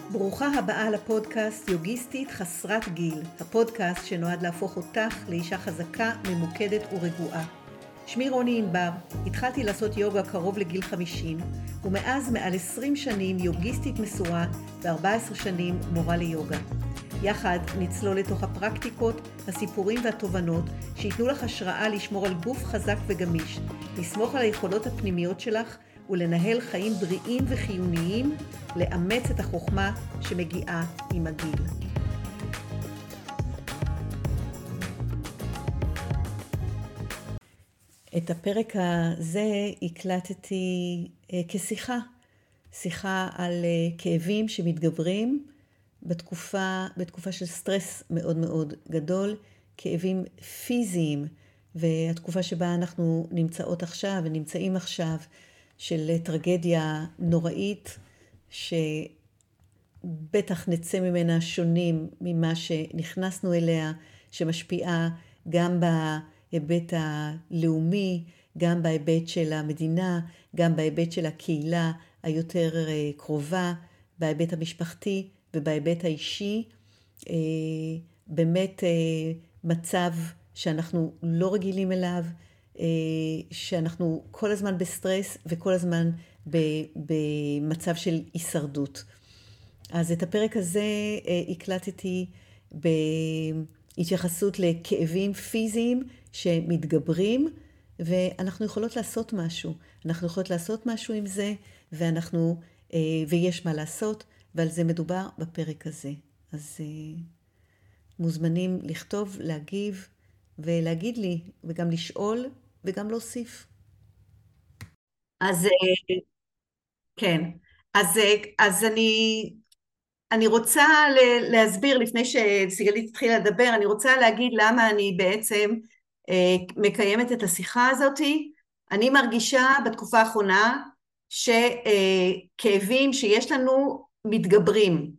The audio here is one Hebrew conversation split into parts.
ברוכה הבאה לפודקאסט יוגיסטית חסרת גיל, הפודקאסט שנועד להפוך אותך לאישה חזקה, ממוקדת ורגועה. שמי רוני ענבר, התחלתי לעשות יוגה קרוב לגיל 50, ומאז מעל 20 שנים יוגיסטית מסורה ו14 שנים מורה ליוגה. יחד נצלול לתוך הפרקטיקות, הסיפורים והתובנות שיתנו לך השראה לשמור על גוף חזק וגמיש, לסמוך על היכולות הפנימיות שלך ולנהל חיים בריאים וחיוניים, לאמץ את החוכמה שמגיעה עם הגיל. את הפרק הזה הקלטתי שיחה על כאבים שמתגברים בתקופה של סטרס מאוד מאוד גדול, כאבים פיזיים, והתקופה שבה אנחנו נמצאות עכשיו ונמצאים עכשיו, של טרגדיה נוראית, שבטח נצא ממנה שונים ממה שנכנסנו אליה, שמשפיעה גם בהיבט הלאומי, גם בהיבט של המדינה, גם בהיבט של הקהילה היותר קרובה, בהיבט המשפחתי ובהיבט האישי. באמת מצב שאנחנו לא רגילים אליו, שאנחנו כל הזמן בסטרס וכל הזמן במצב של הישרדות. אז את הפרק הזה הקלטתי בהתייחסות לכאבים פיזיים שמתגברים, ואנחנו יכולות לעשות משהו. אנחנו יכולות לעשות משהו עם זה, ויש מה לעשות, ועל זה מדובר בפרק הזה. אז מוזמנים לכתוב, להגיב ולהגיד לי, וגם לשאול וגם להוסיף. אז כן, אז אני רוצה להסביר, לפני שסיגלית התחילה לדבר, אני רוצה להגיד למה אני בעצם מקיימת את השיחה הזאת. אני מרגישה בתקופה האחרונה שכאבים שיש לנו מתגברים,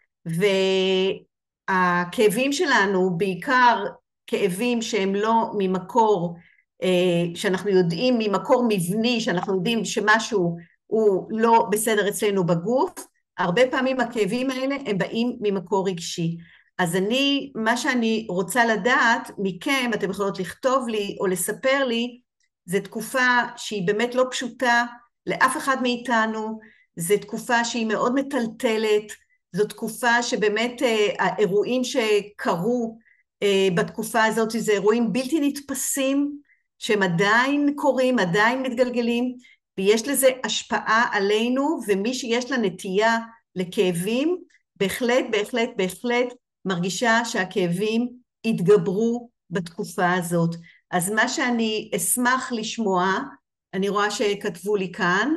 והכאבים שלנו בעיקר כאבים שהם לא ממקור, שאנחנו יודעים ממקור מבני, שאנחנו יודעים שמשהו הוא לא בסדר אצלנו בגוף, הרבה פעמים הכאבים האלה הם באים ממקור רגשי. אז מה שאני רוצה לדעת מכם, אתם יכולות לכתוב לי או לספר לי, זו תקופה שהיא באמת לא פשוטה לאף אחד מאיתנו, זו תקופה שהיא מאוד מטלטלת, זו תקופה שבאמת האירועים שקרו בתקופה הזאת זה אירועים בלתי נתפסים, שהם עדיין קורים, עדיין מתגלגלים, ויש לזה השפעה עלינו, ומי שיש לה נטייה לכאבים, בהחלט מרגישה שהכאבים התגברו בתקופה הזאת. אז מה שאני אשמח לשמוע, אני רואה שכתבו לי כאן,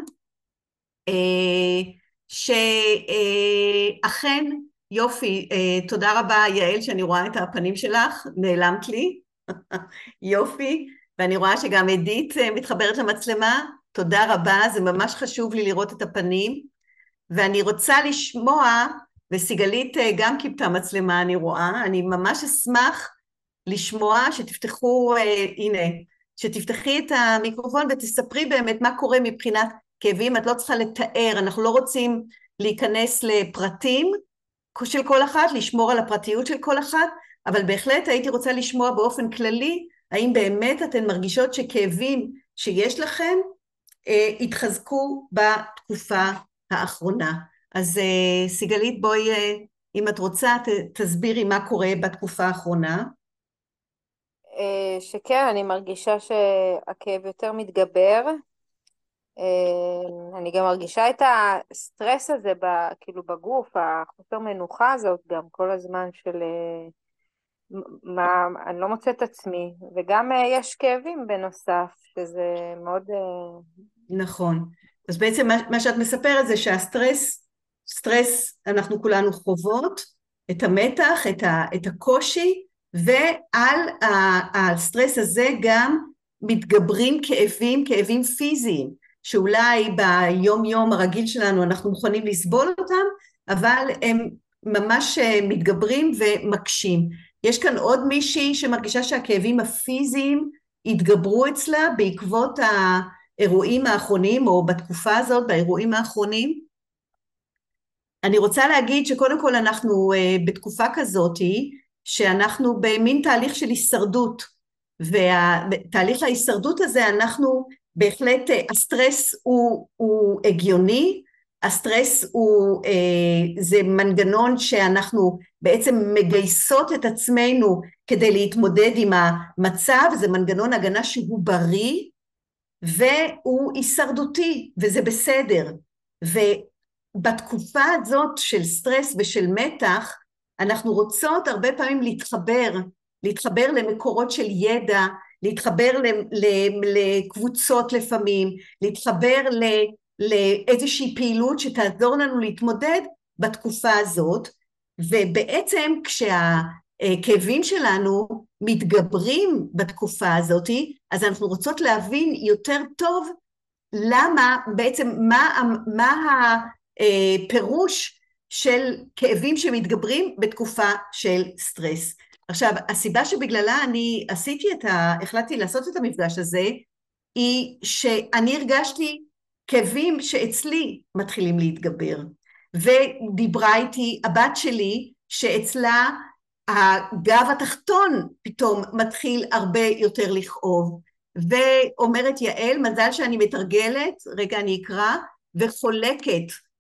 שאכן, יופי, תודה רבה יעל שאני רואה את הפנים שלך, נעלמת לי, יופי, ואני רואה שגם עדית מתחברת למצלמה, תודה רבה, זה ממש חשוב לי לראות את הפנים, ואני רוצה לשמוע, וסיגלית גם קיבתה מצלמה אני רואה, אני ממש אשמח לשמוע שתפתחו, הנה, שתפתחי את המיקרופון ותספרי באמת מה קורה מבחינת כאבים, את לא צריכה לתאר, אנחנו לא רוצים להיכנס לפרטים של כל אחד, לשמור על הפרטיות של כל אחד, אבל בהחלט הייתי רוצה לשמוע באופן כללי, האם באמת אתן מרגישות שכאבים שיש לכם, התחזקו בתקופה האחרונה. אז סיגלית, בואי, אם את רוצה, תסבירי מה קורה בתקופה האחרונה. שכן, אני מרגישה שהכאב יותר מתגבר, אני גם מרגישה את הסטרס הזה כאילו בגוף, החוסר מנוחה הזאת גם כל הזמן של אני לא מוצאת עצמי, וגם יש כאבים בנוסף, שזה מאוד... נכון. אז בעצם מה שאת מספרת זה סטרס אנחנו כולנו חוות, את המתח, את הקושי, ועל הסטרס הזה גם מתגברים כאבים פיזיים, שאולי ביום יום הרגיל שלנו אנחנו מוכנים לסבול אותם, אבל הם ממש מתגברים ומקשים. יש כאן עוד מישהי שמרגישה שהכאבים הפיזיים התגברו אצלה בעקבות האירועים האחרונים, או בתקופה הזאת באירועים האחרונים? אני רוצה להגיד שקודם כל אנחנו בתקופה כזאת, שאנחנו במין תהליך של הישרדות, ותהליך ההישרדות הזה אנחנו בהחלט, הסטרס הוא הגיוני, הסטרס זה מנגנון שאנחנו בעצם מגייסות את עצמנו כדי להתמודד עם המצב, זה מנגנון הגנה שהוא בריא, והוא הישרדותי, וזה בסדר. ובתקופה הזאת של סטרס ושל מתח, אנחנו רוצות הרבה פעמים להתחבר למקורות של ידע, להתחבר לקבוצות לפעמים, להתחבר לאיזושהי פעילות שתעזור לנו להתמודד בתקופה הזאת, ובעצם כשהכאבים שלנו מתגברים בתקופה הזאת, אז אנחנו רוצות להבין יותר טוב למה, בעצם מה הפירוש של כאבים שמתגברים בתקופה של סטרס. עכשיו, הסיבה שבגללה אני החלטתי לעשות את המפגש הזה, היא שאני הרגשתי כאבים שאצלי מתחילים להתגבר, ודיברה איתי הבת שלי שאצלה הגב התחתון פתאום מתחיל הרבה יותר לכאוב, ואומרת יעל, מזל שאני מתרגלת, רגע אני אקרא, וחולקת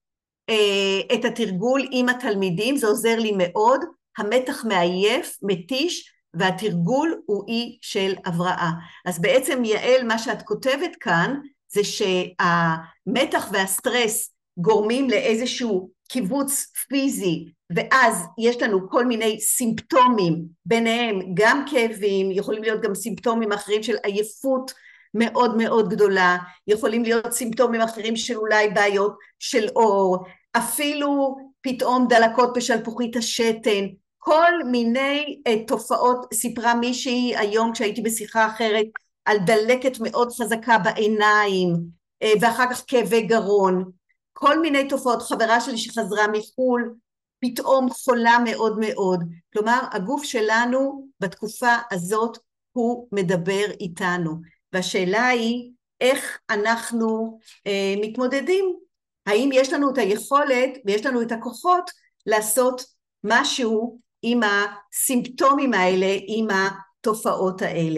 את התרגול עם התלמידים, זה עוזר לי מאוד, המתח מעייף, מתיש, והתרגול הוא אי של הבראה. אז בעצם יעל, מה שאת כותבת כאן, זה שהמתח והסטרס גורמים לאיזשהו קיבוץ פיזי, ואז יש לנו כל מיני סימפטומים, ביניהם גם כאבים, יכולים להיות גם סימפטומים אחרים של עייפות מאוד מאוד גדולה, יכולים להיות סימפטומים אחרים של אולי בעיות של אור, אפילו פתאום דלקות בשלפוחית השתן, כל מיני תופעות. סיפרה מישהי היום כשהייתי בשיחה אחרת על דלקת מאוד חזקה בעיניים, ואחר כך כאבי גרון, כל מיני תופעות. חברה שלי שחזרה מחול, פתאום חולה מאוד מאוד. כלומר, הגוף שלנו בתקופה הזאת הוא מדבר איתנו, והשאלה היא איך אנחנו מתמודדים. האם יש לנו את היכולת ויש לנו את הכוחות לעשות משהו עם הסימפטומים האלה, עם התופעות האלה.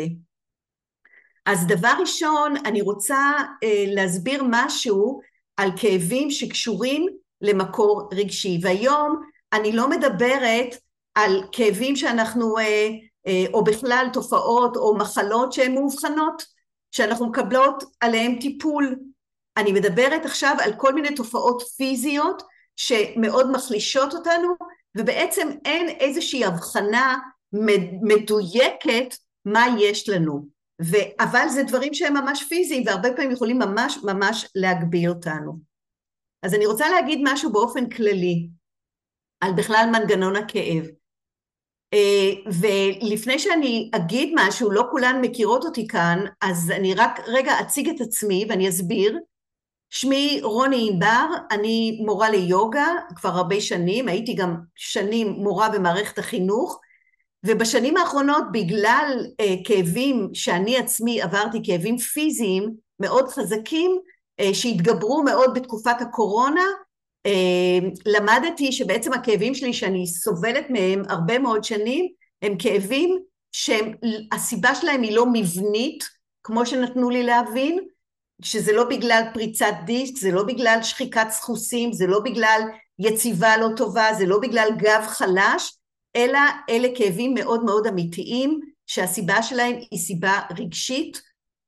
אז דבר ראשון, אני רוצה להסביר משהו על כאבים שקשורים למקור רגשי, והיום אני לא מדברת על כאבים שאנחנו, או בכלל תופעות או מחלות שהן מאובחנות, שאנחנו מקבלות עליהן טיפול. אני מדברת עכשיו על כל מיני תופעות פיזיות שמאוד מחלישות אותנו, ובעצם אין איזושהי הבחנה מדויקת מה יש לנו. אבל זה דברים שהם ממש פיזיים, והרבה פעמים יכולים ממש ממש להגביל אותנו. אז אני רוצה להגיד משהו באופן כללי, על בכלל מנגנון הכאב. ולפני שאני אגיד משהו, לא כולן מכירות אותי כאן, אז אני רק רגע אציג את עצמי ואני אסביר. שמי רוני ענבר, אני מורה ליוגה כבר הרבה שנים, הייתי גם שנים מורה במערכת החינוך, ובשנים האחרונות בגלל כאבים שאני עצמי עברתי, כאבים פיזיים מאוד חזקים, שהתגברו מאוד בתקופת הקורונה, למדתי שבעצם הכאבים שלי שאני סובלת מהם הרבה מאוד שנים, הם כאבים שהסיבה שלהם היא לא מבנית, כמו שנתנו לי להבין, שזה לא בגלל פריצת דיסק, זה לא בגלל שחיקת סחוסים, זה לא בגלל יציבה לא טובה, זה לא בגלל גב חלש, אלא אלה כאבים מאוד מאוד אמיתיים, שהסיבה שלהם היא סיבה רגשית.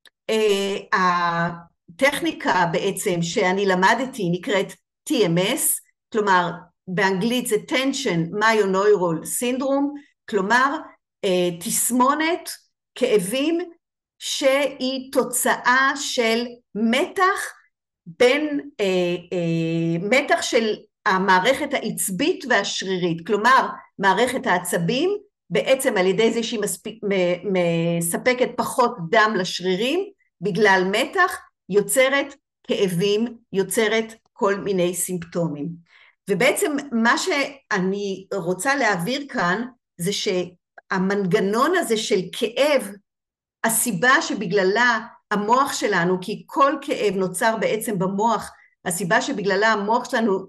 הטכניקה בעצם שאני למדתי נקראת TMS, כלומר באנגלית זה Tension Myoneural Syndrome, כלומר תסמונת כאבים שהיא תוצאה של מתח בין מתח של המערכת העצבית והשרירית, כלומר מערכת העצבים בעצם על ידי זה שהיא מספקת פחות דם לשרירים בגלל מתח, יוצרת כאבים, יוצרת כל מיני סימפטומים. ובעצם מה שאני רוצה להעביר כאן זה שהמנגנון הזה של כאב, הסיבה שבגללה המוח שלנו, כי כל כאב נוצר בעצם במוח, הסיבה שבגללה המוח שלנו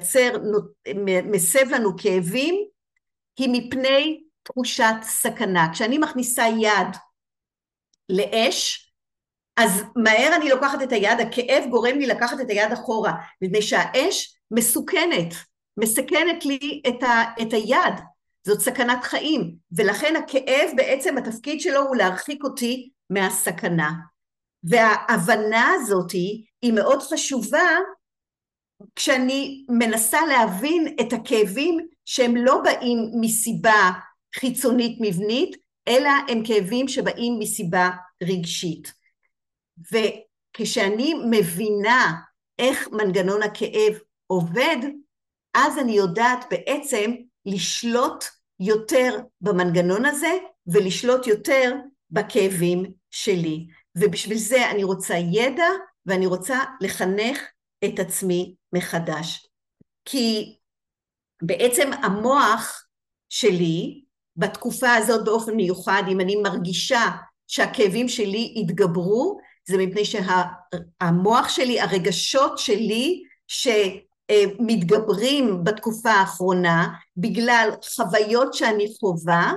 מסב לנו כאבים, היא מפני תחושת סכנה. כשאני מכניסה יד לאש, אז מהר אני לוקחת את היד, הכאב גורם לי לקחת את היד אחורה, מפני שהאש מסכנת לי את היד, זאת סכנת חיים, ולכן הכאב בעצם התפקיד שלו הוא להרחיק אותי מהסכנה. וההבנה הזאת היא מאוד חשובה, כשאני מנסה להבין את הכאבים שהם לא באים מסיבה חיצונית מבנית, אלא הם כאבים שבאים מסיבה רגשית. וכשאני מבינה איך מנגנון הכאב עובד, אז אני יודעת בעצם לשלוט יותר במנגנון הזה, ולשלוט יותר בכאבים שלי. ובשביל זה אני רוצה ידע, ואני רוצה לחנך את עצמי מחדש. כי בעצם המוח שלי, בתקופה הזאת באופן מיוחד, אם אני מרגישה שהכאבים שלי התגברו, זה מפני שהמוח שלי, הרגשות שלי שמתגברים בתקופה האחרונה, בגלל חוויות שאני חווה,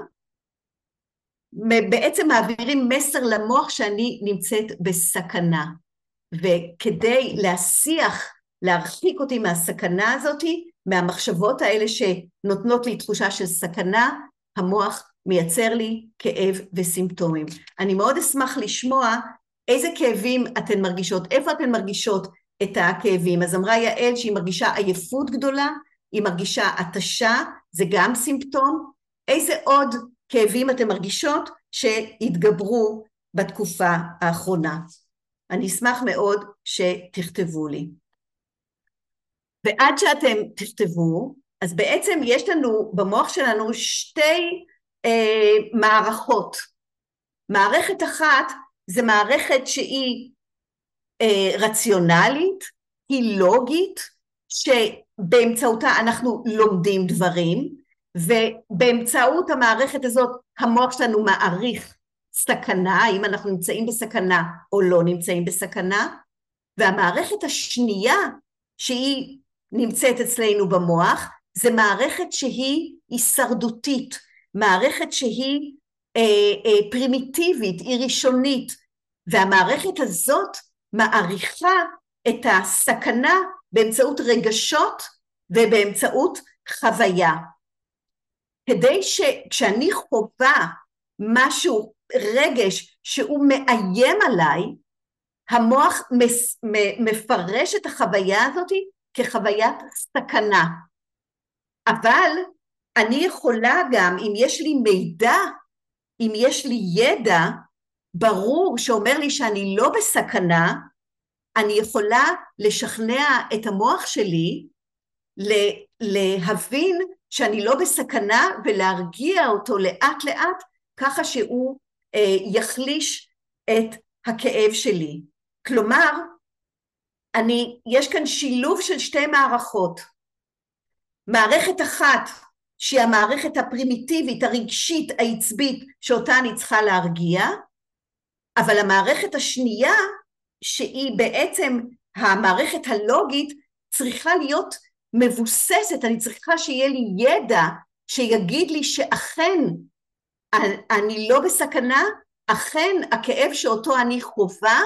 בעצם מעבירים מסר למוח שאני נמצאת בסכנה. וכדי להרחיק אותי מהסכנה הזאת, מהמחשבות האלה שנותנות לי תחושה של סכנה, המוח מייצר לי כאב וסימפטומים. אני מאוד אשמח לשמוע איזה כאבים אתן מרגישות, איפה אתן מרגישות את הכאבים. אז אמרה יעל שהיא מרגישה עייפות גדולה, היא מרגישה התשה, זה גם סימפטום. איזה עוד כאבים אתן מרגישות שהתגברו בתקופה האחרונה? אני אשמח מאוד שתכתבו לי. ועד שאתם תכתבו, אז בעצם יש לנו במוח שלנו שתי מערכות. מערכת אחת זה מערכת שהיא רציונלית, היא לוגית, שבאמצעותה אנחנו לומדים דברים, ובאמצעות המערכת הזאת המוח שלנו מעריך סכנה, האם אנחנו נמצאים בסכנה או לא נמצאים בסכנה, והמערכת השנייה שהיא נמצאת אצלנו במוח, זה מערכת שהיא הישרדותית, מערכת שהיא פרימיטיבית, היא ראשונית, והמערכת הזאת מעריכה את הסכנה באמצעות רגשות ובאמצעות חוויה. כדי שכשאני חווה משהו, רגש שהוא מאיים עליי, המוח מפרש את החוויה הזאת כחוויית סכנה. אבל אני יכולה גם, אם יש לי מידע, אם יש לי ידע, ברור שאומר לי שאני לא בסכנה, אני יכולה לשכנע את המוח שלי להבין שאני לא בסכנה ולהרגיע אותו לאט לאט, ככה שהוא יחליש את הכאב שלי. כלומר, יש כאן שילוב של שתי מערכות. מערכת אחת שהיא המערכת הפרימיטיבית, הרגשית, העצבית, שאותה אני צריכה להרגיע, אבל המערכת השנייה, שהיא בעצם המערכת הלוגית, צריכה להיות מבוססת, אני צריכה שיהיה לי ידע שיגיד לי שאכן אני לא בסכנה, אכן הכאב שאותו אני חווה,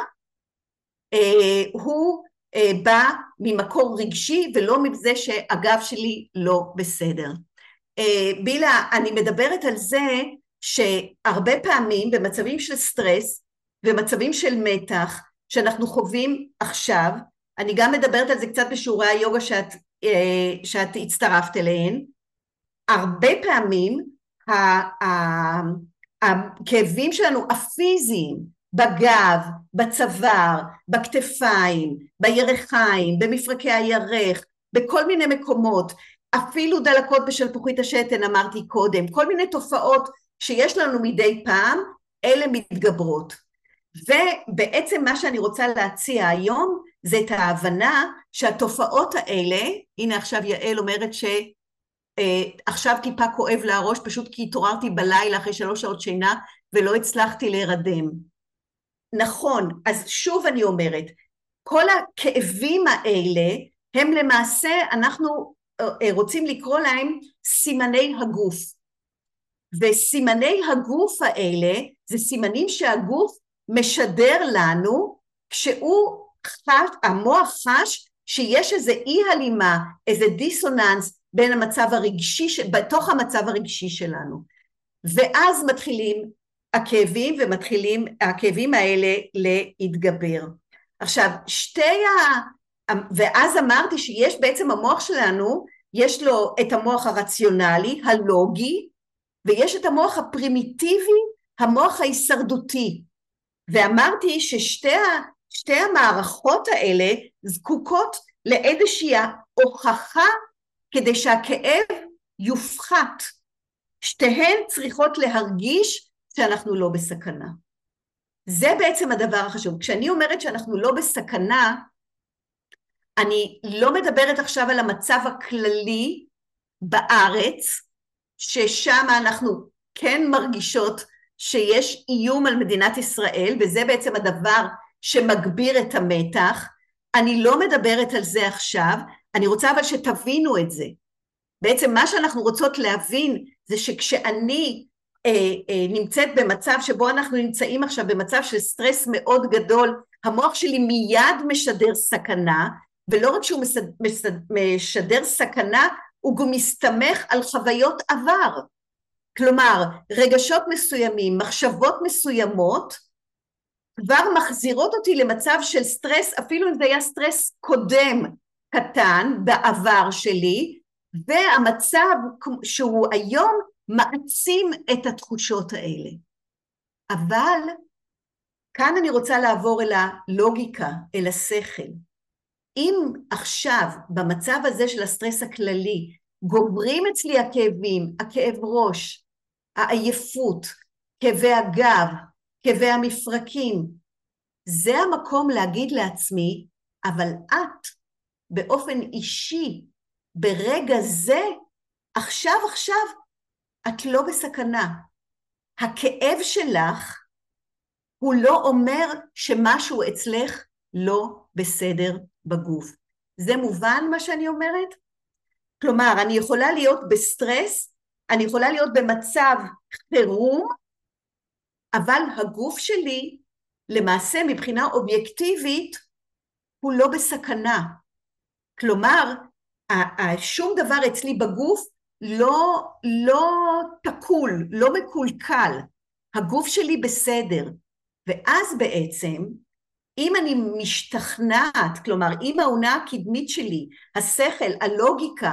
הוא בא ממקור רגשי ולא מזה שהגב שלי לא בסדר. בילה, אני מדברת על זה שהרבה פעמים במצבים של סטרס ומצבים של מתח שאנחנו חווים עכשיו, אני גם מדברת על זה קצת בשיעורי היוגה שאת הצטרפת אליהן, הרבה פעמים הכאבים שלנו הפיזיים, בגב, בצוואר, בכתפיים, בירכיים, במפרקי הירך, בכל מיני מקומות, אפילו דלקות בשלפוחית השתן, אמרתי קודם, כל מיני תופעות שיש לנו מדי פעם, אלה מתגברות. ובעצם מה שאני רוצה להציע היום, זה את ההבנה שהתופעות האלה, הנה עכשיו יעל אומרת שעכשיו טיפה כואב לה הראש, פשוט כי התעוררתי בלילה אחרי 3 שעות שינה, ולא הצלחתי להירדם. נכון, אז שוב אני אומרת, כל הכאבים האלה הם למעשה, אנחנו רוצים לקרוא להם סימני הגוף. וסימני הגוף האלה זה סימנים שהגוף משדר לנו כשהוא חש, המוח חש שיש איזה אי הלימה, איזה דיסוננס בין המצב הרגשי, בתוך המצב הרגשי שלנו. ואז מתחילים הכאבים ומתחילים הכאבים האלה להתגבר. עכשיו, ואז אמרתי שיש בעצם המוח שלנו, יש לו את המוח הרציונלי, הלוגי, ויש את המוח הפרימיטיבי, המוח ההישרדותי. ואמרתי ששתי המערכות האלה זקוקות לאיזושהי הוכחה כדי שהכאב יופחת. שתיהן צריכות להרגיש שאנחנו לא בסכנה. זה בעצם הדבר החשוב. כשאני אומרת שאנחנו לא בסכנה, אני לא מדברת עכשיו על המצב הכללי בארץ, ששם אנחנו כן מרגישות שיש איום על מדינת ישראל, וזה בעצם הדבר שמגביר את המתח. אני לא מדברת על זה עכשיו, אני רוצה אבל שתבינו את זה. בעצם מה שאנחנו רוצות להבין זה שכשאני נמצאת במצב שבו אנחנו נמצאים עכשיו במצב של סטרס מאוד גדול, המוח שלי מיד משדר סכנה, ולא רק שהוא משדר סכנה, הוא גם מסתמך על חוויות עבר. כלומר, רגשות מסוימים, מחשבות מסוימות, כבר מחזירות אותי למצב של סטרס, אפילו אם זה היה סטרס קודם קטן בעבר שלי, והמצב שהוא היום מעצים את התחושות האלה. אבל כאן אני רוצה לעבור אל הלוגיקה, אל השכל. אם עכשיו במצב הזה של הסטרס הכללי גומרים אצלי הכאבים, הכאב ראש, העייפות, כאבי הגב, כאבי המפרקים, זה המקום להגיד לעצמי, אבל את באופן אישי, ברגע זה, עכשיו, את לא בסכנה. הכאב שלך הוא לא אומר שמשהו אצלך לא בסדר בגוף. זה מובן מה שאני אומרת? כלומר, אני יכולה להיות בסטרס, אני יכולה להיות במצב חירום, אבל הגוף שלי, למעשה מבחינה אובייקטיבית, הוא לא בסכנה. כלומר, שום דבר אצלי בגוף לא תקול, לא מקולקל. הגוף שלי בסדר. ואז בעצם, אם אני משתכנעת, כלומר, אם העונה הקדמית שלי, השכל, הלוגיקה,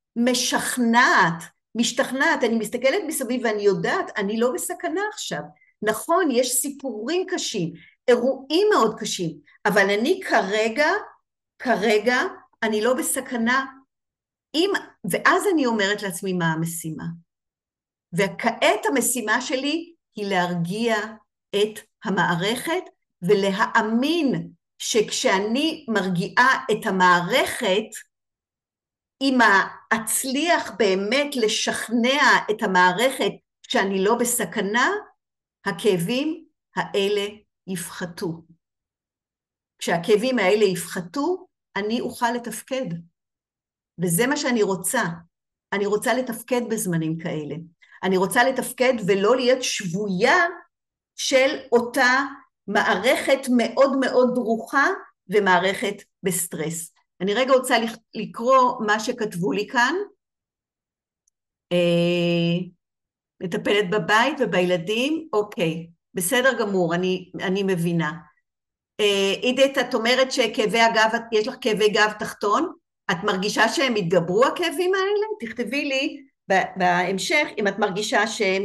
משתכנעת, אני מסתכלת מסביב ואני יודעת, אני לא בסכנה עכשיו. נכון, יש סיפורים קשים, אירועים מאוד קשים, אבל אני כרגע, אני לא בסכנה. ואז אני אומרת לעצמי מה המשימה. וכעת המשימה שלי היא להרגיע את המערכת, ולהאמין שכשאני מרגיעה את המערכת, אם אצליח באמת לשכנע את המערכת שאני לא בסכנה, הכאבים האלה יפחתו. כשהכאבים האלה יפחתו, אני אוכל לתפקד. וזה מה שאני רוצה. אני רוצה לתפקד בזמנים כאלה. אני רוצה לתפקד ולא להיות שבויה של אותה מערכת מאוד מאוד דרוכה ומערכת בסטרס. אני רגע רוצה לקרוא מה שכתבו לי כאן. מטפלת בבית ובילדים, אוקיי, בסדר גמור, אני מבינה. עידית, את אומרת שכאבי הגב, יש לך כאבי גב תחתון? את מרגישה שהם התגברו הכאבים האלה? תכתבי לי בהמשך אם את מרגישה שהם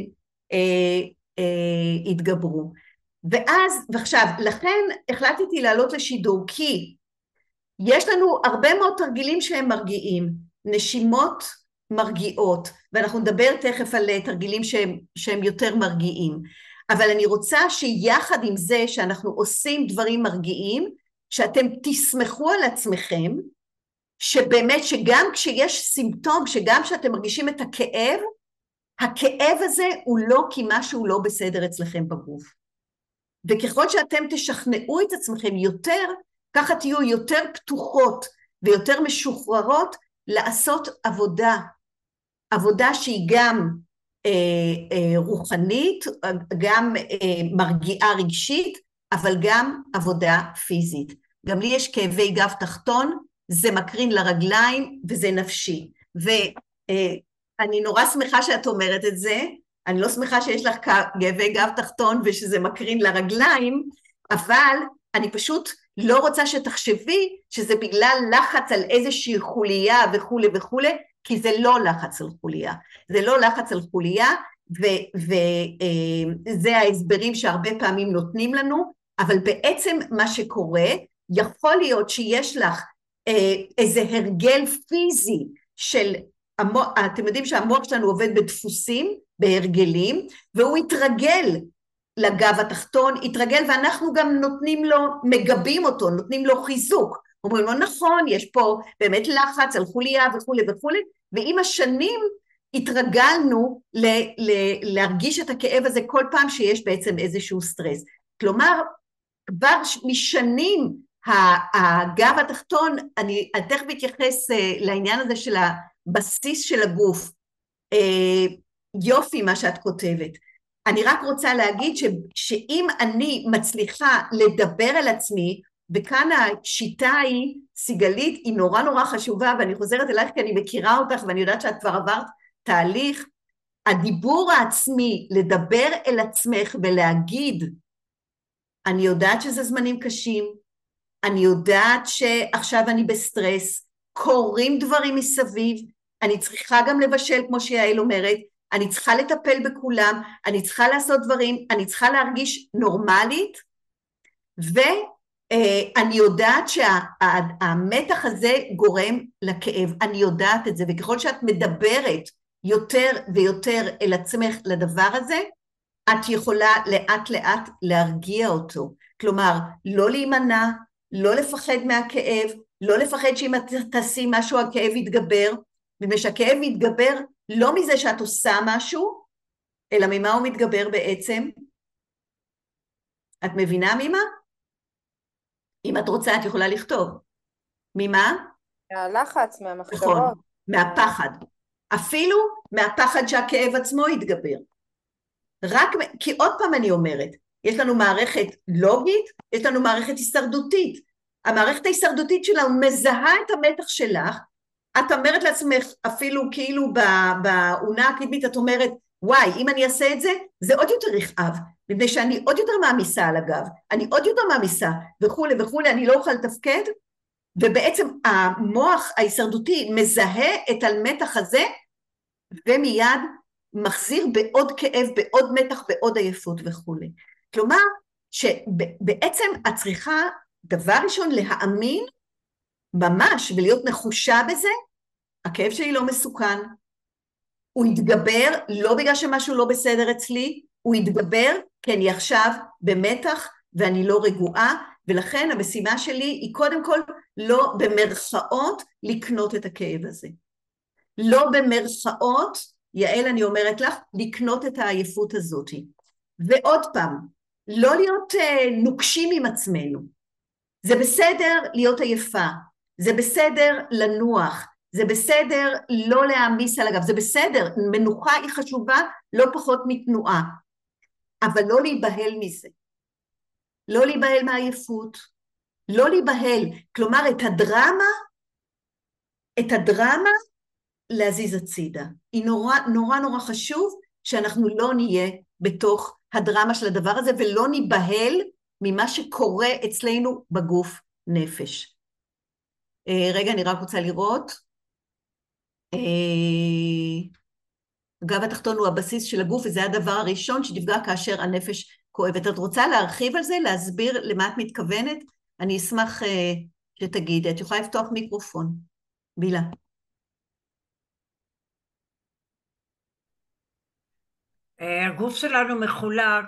התגברו. ועכשיו, לכן החלטתי לעלות לשידור, כי יש לנו הרבה מאוד תרגילים שהם מרגיעים, נשימות מרגיעות, ואנחנו נדבר תכף על תרגילים שהם יותר מרגיעים, אבל אני רוצה שיחד עם זה שאנחנו עושים דברים מרגיעים, שאתם תסמכו על עצמכם, שבאמת שגם כשיש סימפטום, שגם שאתם מרגישים את הכאב, הכאב הזה הוא לא כי משהו לא בסדר אצלכם בגוף. וככל שאתם תשכנעו את עצמכם יותר, ככה תהיו יותר פתוחות ויותר משוחררות לעשות עבודה שהיא גם רוחנית, גם מרגיעה רגשית, אבל גם עבודה פיזית. גם לי יש כאבי גב תחתון, זה מקרין לרגליים וזה נפשי. ואני נורא שמחה שאת אומרת את זה, אני לא שמחה שיש לך כאבי גב תחתון ושזה מקרין לרגליים, אבל אני פשוט לא רוצה שתחשבי שזה בגלל לחץ על איזושהי חוליה וכו' וכו', כי זה לא לחץ על חוליה. זה לא לחץ על חוליה, וזה ההסברים שהרבה פעמים נותנים לנו, אבל בעצם מה שקורה, יכול להיות שיש לך איזה הרגל פיזי של, אתם יודעים שהמוח שלנו עובד בדפוסים, בהרגלים, והוא יתרגל לגב התחתון, יתרגל, ואנחנו גם נותנים לו, מגבים אותו, נותנים לו חיזוק. אומרים לו, נכון, יש פה באמת לחץ על חוליה וכו' וכו', ועם השנים התרגלנו להרגיש את הכאב הזה כל פעם שיש בעצם איזשהו סטרס. כלומר, כבר משנים הגב התחתון, אני תכף אתייחס לעניין הזה של הבסיס של הגוף, יופי מה שאת כותבת. אני רק רוצה להגיד שאם אני מצליחה לדבר על עצמי, וכאן השיטה היא, סיגלית, היא נורא נורא חשובה, ואני חוזרת אלייך כי אני מכירה אותך, ואני יודעת שאת כבר עברת תהליך, הדיבור העצמי, לדבר אל עצמך ולהגיד, אני יודעת שזה זמנים קשים, אני יודעת שעכשיו אני בסטרס, קורים דברים מסביב, אני צריכה גם לבשל כמו שיעל אומרת, אני צריכה לטפל בכולם, אני צריכה לעשות דברים, אני צריכה להרגיש נורמלית, ואני יודעת שהמתח הזה גורם לכאב, אני יודעת את זה, וככל שאת מדברת יותר ויותר אל עצמך לדבר הזה, את יכולה לאט לאט להרגיע אותו, כלומר לא להימנע, לא לפחד מהכאב, לא לפחד שאם את תעשי משהו הכאב יתגבר, ומשהכאב יתגבר לא מזה שאת עושה משהו, אלא ממה הוא מתגבר בעצם? את מבינה ממה? אם את רוצה את יכולה לכתוב. ממה? מהלחץ, מהמחשבות. נכון, מהפחד. אפילו מהפחד שהכאב עצמו יתגבר. רק, כי עוד פעם אני אומרת, יש לנו מערכת לוגית, יש לנו מערכת הישרדותית. המערכת ההישרדותית שלנו מזהה את המתח שלך, את אומרת לעצמך, אפילו כאילו בעונה הקדמית, את אומרת, וואי, אם אני אעשה את זה, זה עוד יותר יכאב, מפני שאני עוד יותר מעמיסה על הגב, אני עוד יותר מעמיסה, וכו' וכו', אני לא אוכל לתפקד, ובעצם המוח ההישרדותי מזהה את המתח הזה, ומיד מחזיר בעוד כאב, בעוד מתח, בעוד עייפות וכו'. כלומר, שבעצם את צריכה דבר ראשון להאמין, ממש, ולהיות נחושה בזה, הכאב שלי לא מסוכן, הוא יתגבר לא בגלל שמשהו לא בסדר אצלי, הוא יתגבר כי אני עכשיו במתח ואני לא רגועה, ולכן המשימה שלי היא קודם כל לא במרכאות לקנות את הכאב הזה. לא במרכאות, יעל אני אומרת לך, לקנות את העייפות הזאת. ועוד פעם, לא להיות נוקשים עם עצמנו. זה בסדר להיות עייפה, זה בסדר לנוח, זה בסדר לא להעמיס על הגב, זה בסדר, מנוחה היא חשובה לא פחות מתנועה, אבל לא להיבהל מזה, לא להיבהל מהעייפות, לא להיבהל, כלומר את הדרמה להזיז הצידה, היא נורא נורא נורא חשוב שאנחנו לא נהיה בתוך הדרמה של הדבר הזה ולא ניבהל ממה שקורה אצלנו בגוף נפש. רגע, אני רק רוצה לראות. הגב התחתון הוא הבסיס של הגוף, וזה הדבר הראשון שנפגע כאשר הנפש כואבת. את רוצה להרחיב על זה, להסביר למה את מתכוונת? אני אשמח שתגידי. את יכולה לפתוח מיקרופון. בילה. הגוף שלנו מחולק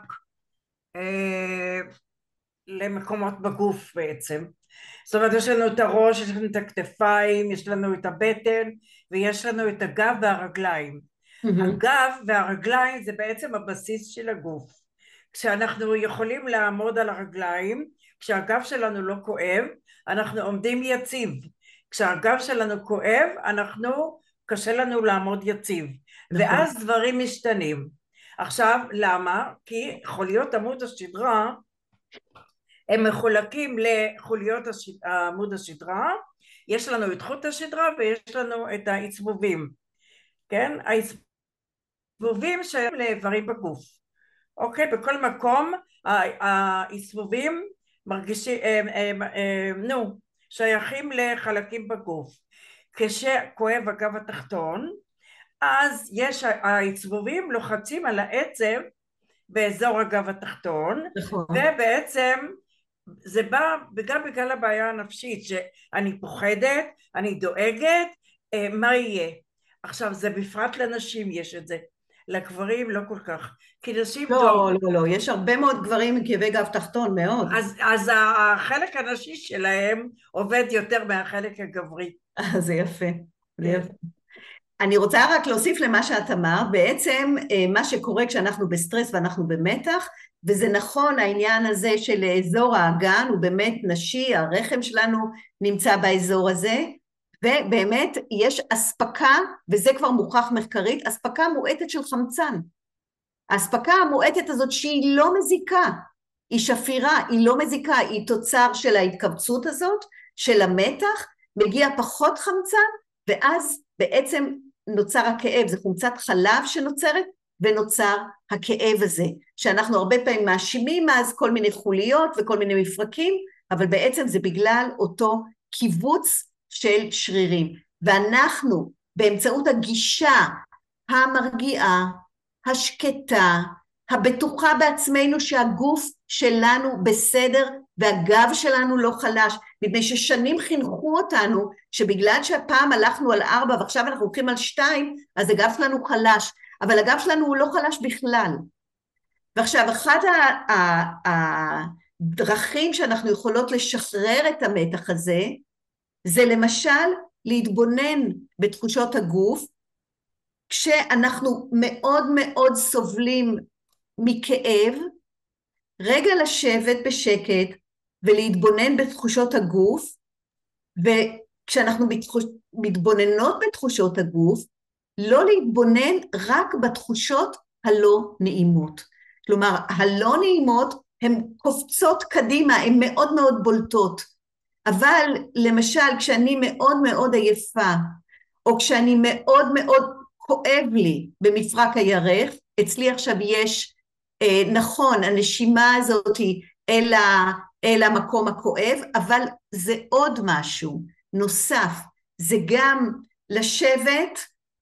למקומות בגוף בעצם. זאת אומרת, יש לנו את הראש, יש לנו את הכתפיים, יש לנו את הבטן, ויש לנו את הגב והרגליים. הגב והרגליים זה בעצם הבסיס של הגוף. כשאנחנו יכולים לעמוד על הרגליים, כשהגב שלנו לא כואב, אנחנו עומדים יציב. כשהגב שלנו כואב, קשה לנו לעמוד יציב. נכון. ואז דברים משתנים. עכשיו, למה? כי חוליות עמוד השדרה, הם מחולקים לחוליות עמוד השדרה, יש לנו את חוט השדרה ויש לנו את העצבובים, כן? העצבובים שהם לאיברים בגוף, אוקיי? בכל מקום העצבובים מרגישים, שייכים לחלקים בגוף. כשכואב הגב התחתון, אז יש העצבובים לוחצים על העצב באזור הגב התחתון, נכון. ובעצם זה בא גם בגלל הבעיה הנפשית, שאני פוחדת, אני דואגת, מה יהיה? עכשיו זה בפרט לנשים יש את זה, לגברים לא כל כך, כי נשים לא, יש הרבה מאוד גברים עם כאבי גב תחתון, מאוד. אז החלק הנשי שלהם עובד יותר מהחלק הגברי. זה יפה, זה יפה. אני רוצה רק להוסיף למה שאת אמרת, בעצם מה שקורה כשאנחנו בסטרס ואנחנו במתח, וזה נכון העניין הזה של אזור האגן, הוא באמת נשי, הרחם שלנו נמצא באזור הזה, ובאמת יש אספקה, וזה כבר מוכח מחקרית, אספקה מועטת של חמצן. האספקה המועטת הזאת שהיא לא מזיקה, היא שפירה, היא לא מזיקה, היא תוצר של ההתכווצות הזאת, של המתח, מגיע פחות חמצן, ואז בעצם נוצר הכאב, זה חומצת חלב שנוצרת, ונוצר הכאב הזה, שאנחנו הרבה פעמים מאשימים אז כל מיני חוליות וכל מיני מפרקים, אבל בעצם זה בגלל אותו קיבוץ של שרירים. ואנחנו באמצעות הגישה המרגיעה, השקטה, הבטוחה בעצמנו שהגוף שלנו בסדר והגב שלנו לא חלש, מפני ששנים חינכו אותנו שבגלל שהפעם הלכנו על 4 ועכשיו אנחנו הולכים על 2, אז הגב שלנו חלש, אבל הגב שלנו הוא לא חלש בכלל. ועכשיו אחת הדרכים שאנחנו יכולות לשחרר את המתח הזה, זה למשל להתבונן בתחושות הגוף, כשאנחנו מאוד מאוד סובלים מכאב, רגע לשבת בשקט ולהתבונן בתחושות הגוף, וכשאנחנו מתבוננות בתחושות הגוף, לא להתבונן רק בתחושות הלא נעימות. כלומר, הלא נעימות הן קופצות קדימה, הן מאוד מאוד בולטות. אבל למשל, כשאני מאוד מאוד עייפה, או כשאני מאוד מאוד כואב לי במפרק הירך, אצלי עכשיו יש, נכון, הנשימה הזאת אל המקום הכואב, אבל זה עוד משהו נוסף, זה גם לשבת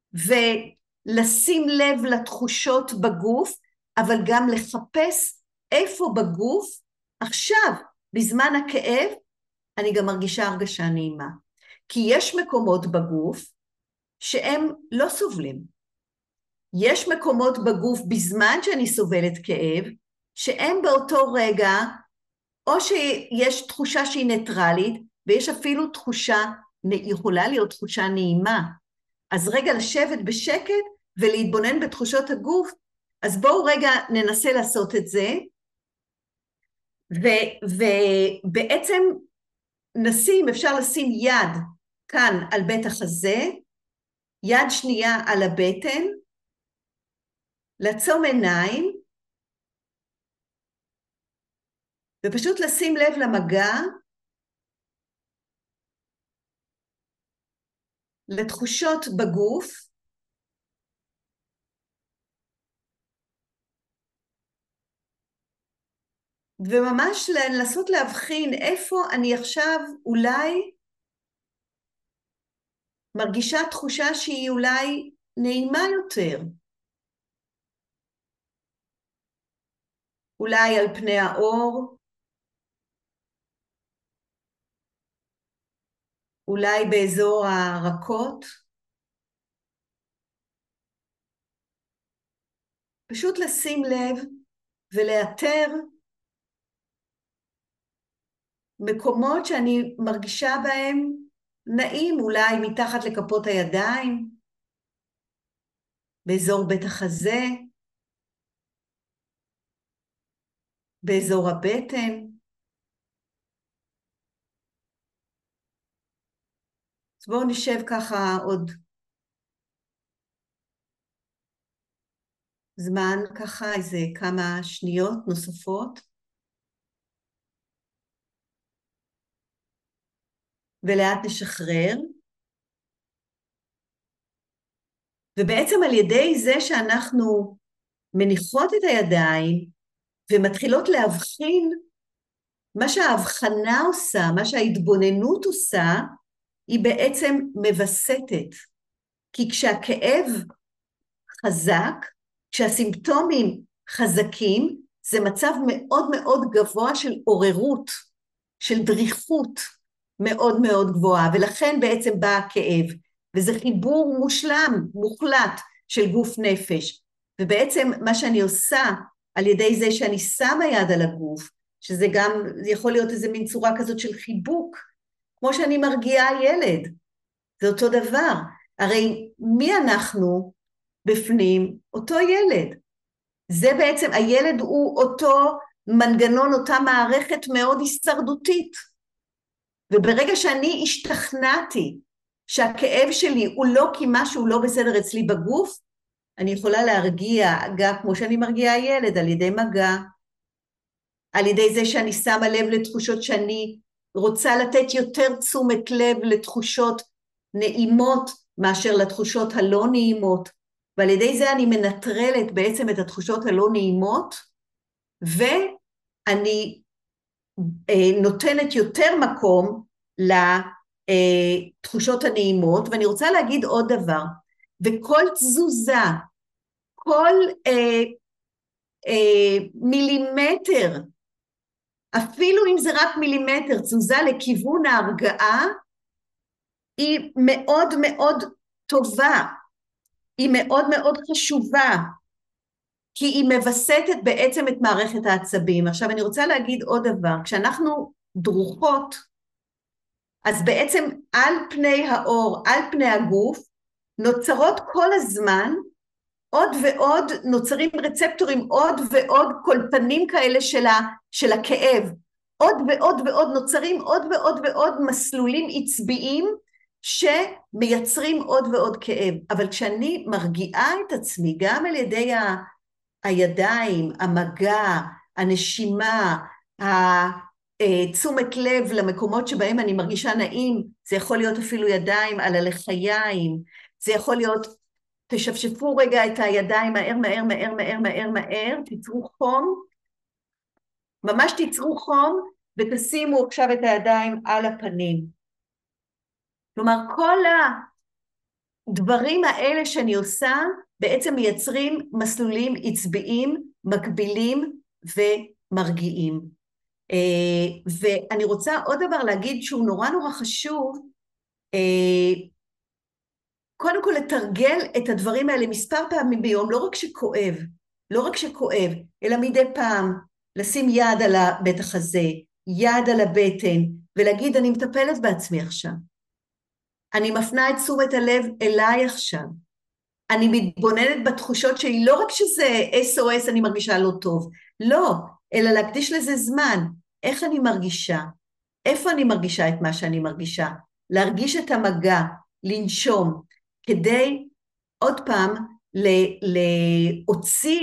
ולשים לב לתחושות בגוף, אבל גם לחפש איפה בגוף, עכשיו, בזמן הכאב, אני גם מרגישה הרגשה נעימה. כי יש מקומות בגוף שהם לא סובלים. יש מקומות בגוף בזמן שאני סובלת כאב, שהם באותו רגע, או שיש תחושה שהיא ניטרלית, ויש אפילו תחושה, יכולה להיות תחושה נעימה. אז רגע לשבת בשקט ולהתבונן בתחושות הגוף, אז בואו רגע ננסה לעשות את זה, ובעצם אפשר לשים יד כאן על בית החזה, יד שנייה על הבטן, לעצום עיניים, ופשוט לשים לב למגע, לתחושות בגוף, וממש לנסות להבחין איפה אני עכשיו אולי מרגישה תחושה שהיא אולי נעימה יותר. אולי על פני האור, אולי באזור הרקות. פשוט לשים לב ולאתר מקומות שאני מרגישה בהם נעים, אולי מתחת לכפות הידיים, באזור בית החזה, באזור הבטן. אז בואו נשב ככה עוד זמן, ככה איזה כמה שניות נוספות, ולאט נשחרר. ובעצם על ידי זה שאנחנו מניחות את הידיים ומתחילות להבחין, מה שההבחנה עושה, מה שההתבוננות עושה, היא בעצם מבסטת. כי כשהכאב חזק, כשהסימפטומים חזקים, זה מצב מאוד מאוד גבוה של עוררות, של דריכות מאוד מאוד גבוהה, ולכן בעצם בא הכאב, וזה חיבור מושלם, מוחלט של גוף נפש, ובעצם מה שאני עושה על ידי זה שאני שמה יד על הגוף, שזה גם יכול להיות איזה מין צורה כזאת של חיבוק, כמו שאני מרגיעה ילד, זה אותו דבר, הרי מי אנחנו בפנים? אותו ילד, זה בעצם, הילד הוא אותו מנגנון, אותה מערכת מאוד הישרדותית, וברגע שאני השתכנעתי שהכאב שלי הוא לא כי משהו לא בסדר אצלי בגוף, אני יכולה להרגיע, גם כמו שאני מרגיעה ילד, על ידי מגע, על ידי זה שאני שמה לב לתחושות שאני רוצה לתת יותר תשומת לב לתחושות נעימות מאשר לתחושות הלא נעימות, ועל ידי זה אני מנטרלת בעצם את התחושות הלא נעימות, ואני נותנת יותר מקום לתחושות הנעימות, ואני רוצה להגיד עוד דבר, וכל תזוזה, כל מילימטר, אפילו אם זה רק מילימטר, תזוזה לכיוון ההרגעה, היא מאוד מאוד טובה, היא מאוד מאוד חשובה, כי היא מבסטת בעצם את מערכת העצבים. עכשיו אני רוצה להגיד עוד דבר, כשאנחנו דרוכות, אז בעצם על פני האור, על פני הגוף, נוצרות כל הזמן, עוד ועוד נוצרים רצפטורים, עוד ועוד קולפנים כאלה של הכאב, עוד ועוד ועוד נוצרים עוד ועוד ועוד מסלולים עצביים, שמייצרים עוד ועוד כאב. אבל כשאני מרגיעה את עצמי, גם על ידי הידיים, המגע, הנשימה, תשומת לב למקומות שבהם אני מרגישה נעים, זה יכול להיות אפילו ידיים על הלחיים, זה יכול להיות, תשפשפו רגע את הידיים מהר מהר מהר מהר מהר מהר, תיצרו חום, ממש תיצרו חום, ותשימו עכשיו את הידיים על הפנים. כלומר, כל הדברים האלה שאני עושה, בעצם מייצרים מסלולים עצביים, מקבילים ומרגיעים. ואני רוצה עוד דבר להגיד שהוא נורא נורא חשוב, קודם כל לתרגל את הדברים האלה מספר פעמים ביום, לא רק שכואב, אלא מדי פעם לשים יד על בית החזה, יד על הבטן, ולהגיד אני מטפלת בעצמי עכשיו, אני מפנה את תשומת הלב אליי עכשיו, אני מתבוננת בתחושות שלי, לא רק שזה SOS אני מרגישה לא טוב, לא, אלא להקדיש לזה זמן, איך אני מרגישה, איפה אני מרגישה את מה שאני מרגישה, להרגיש את המגע, לנשום, כדי עוד פעם להוציא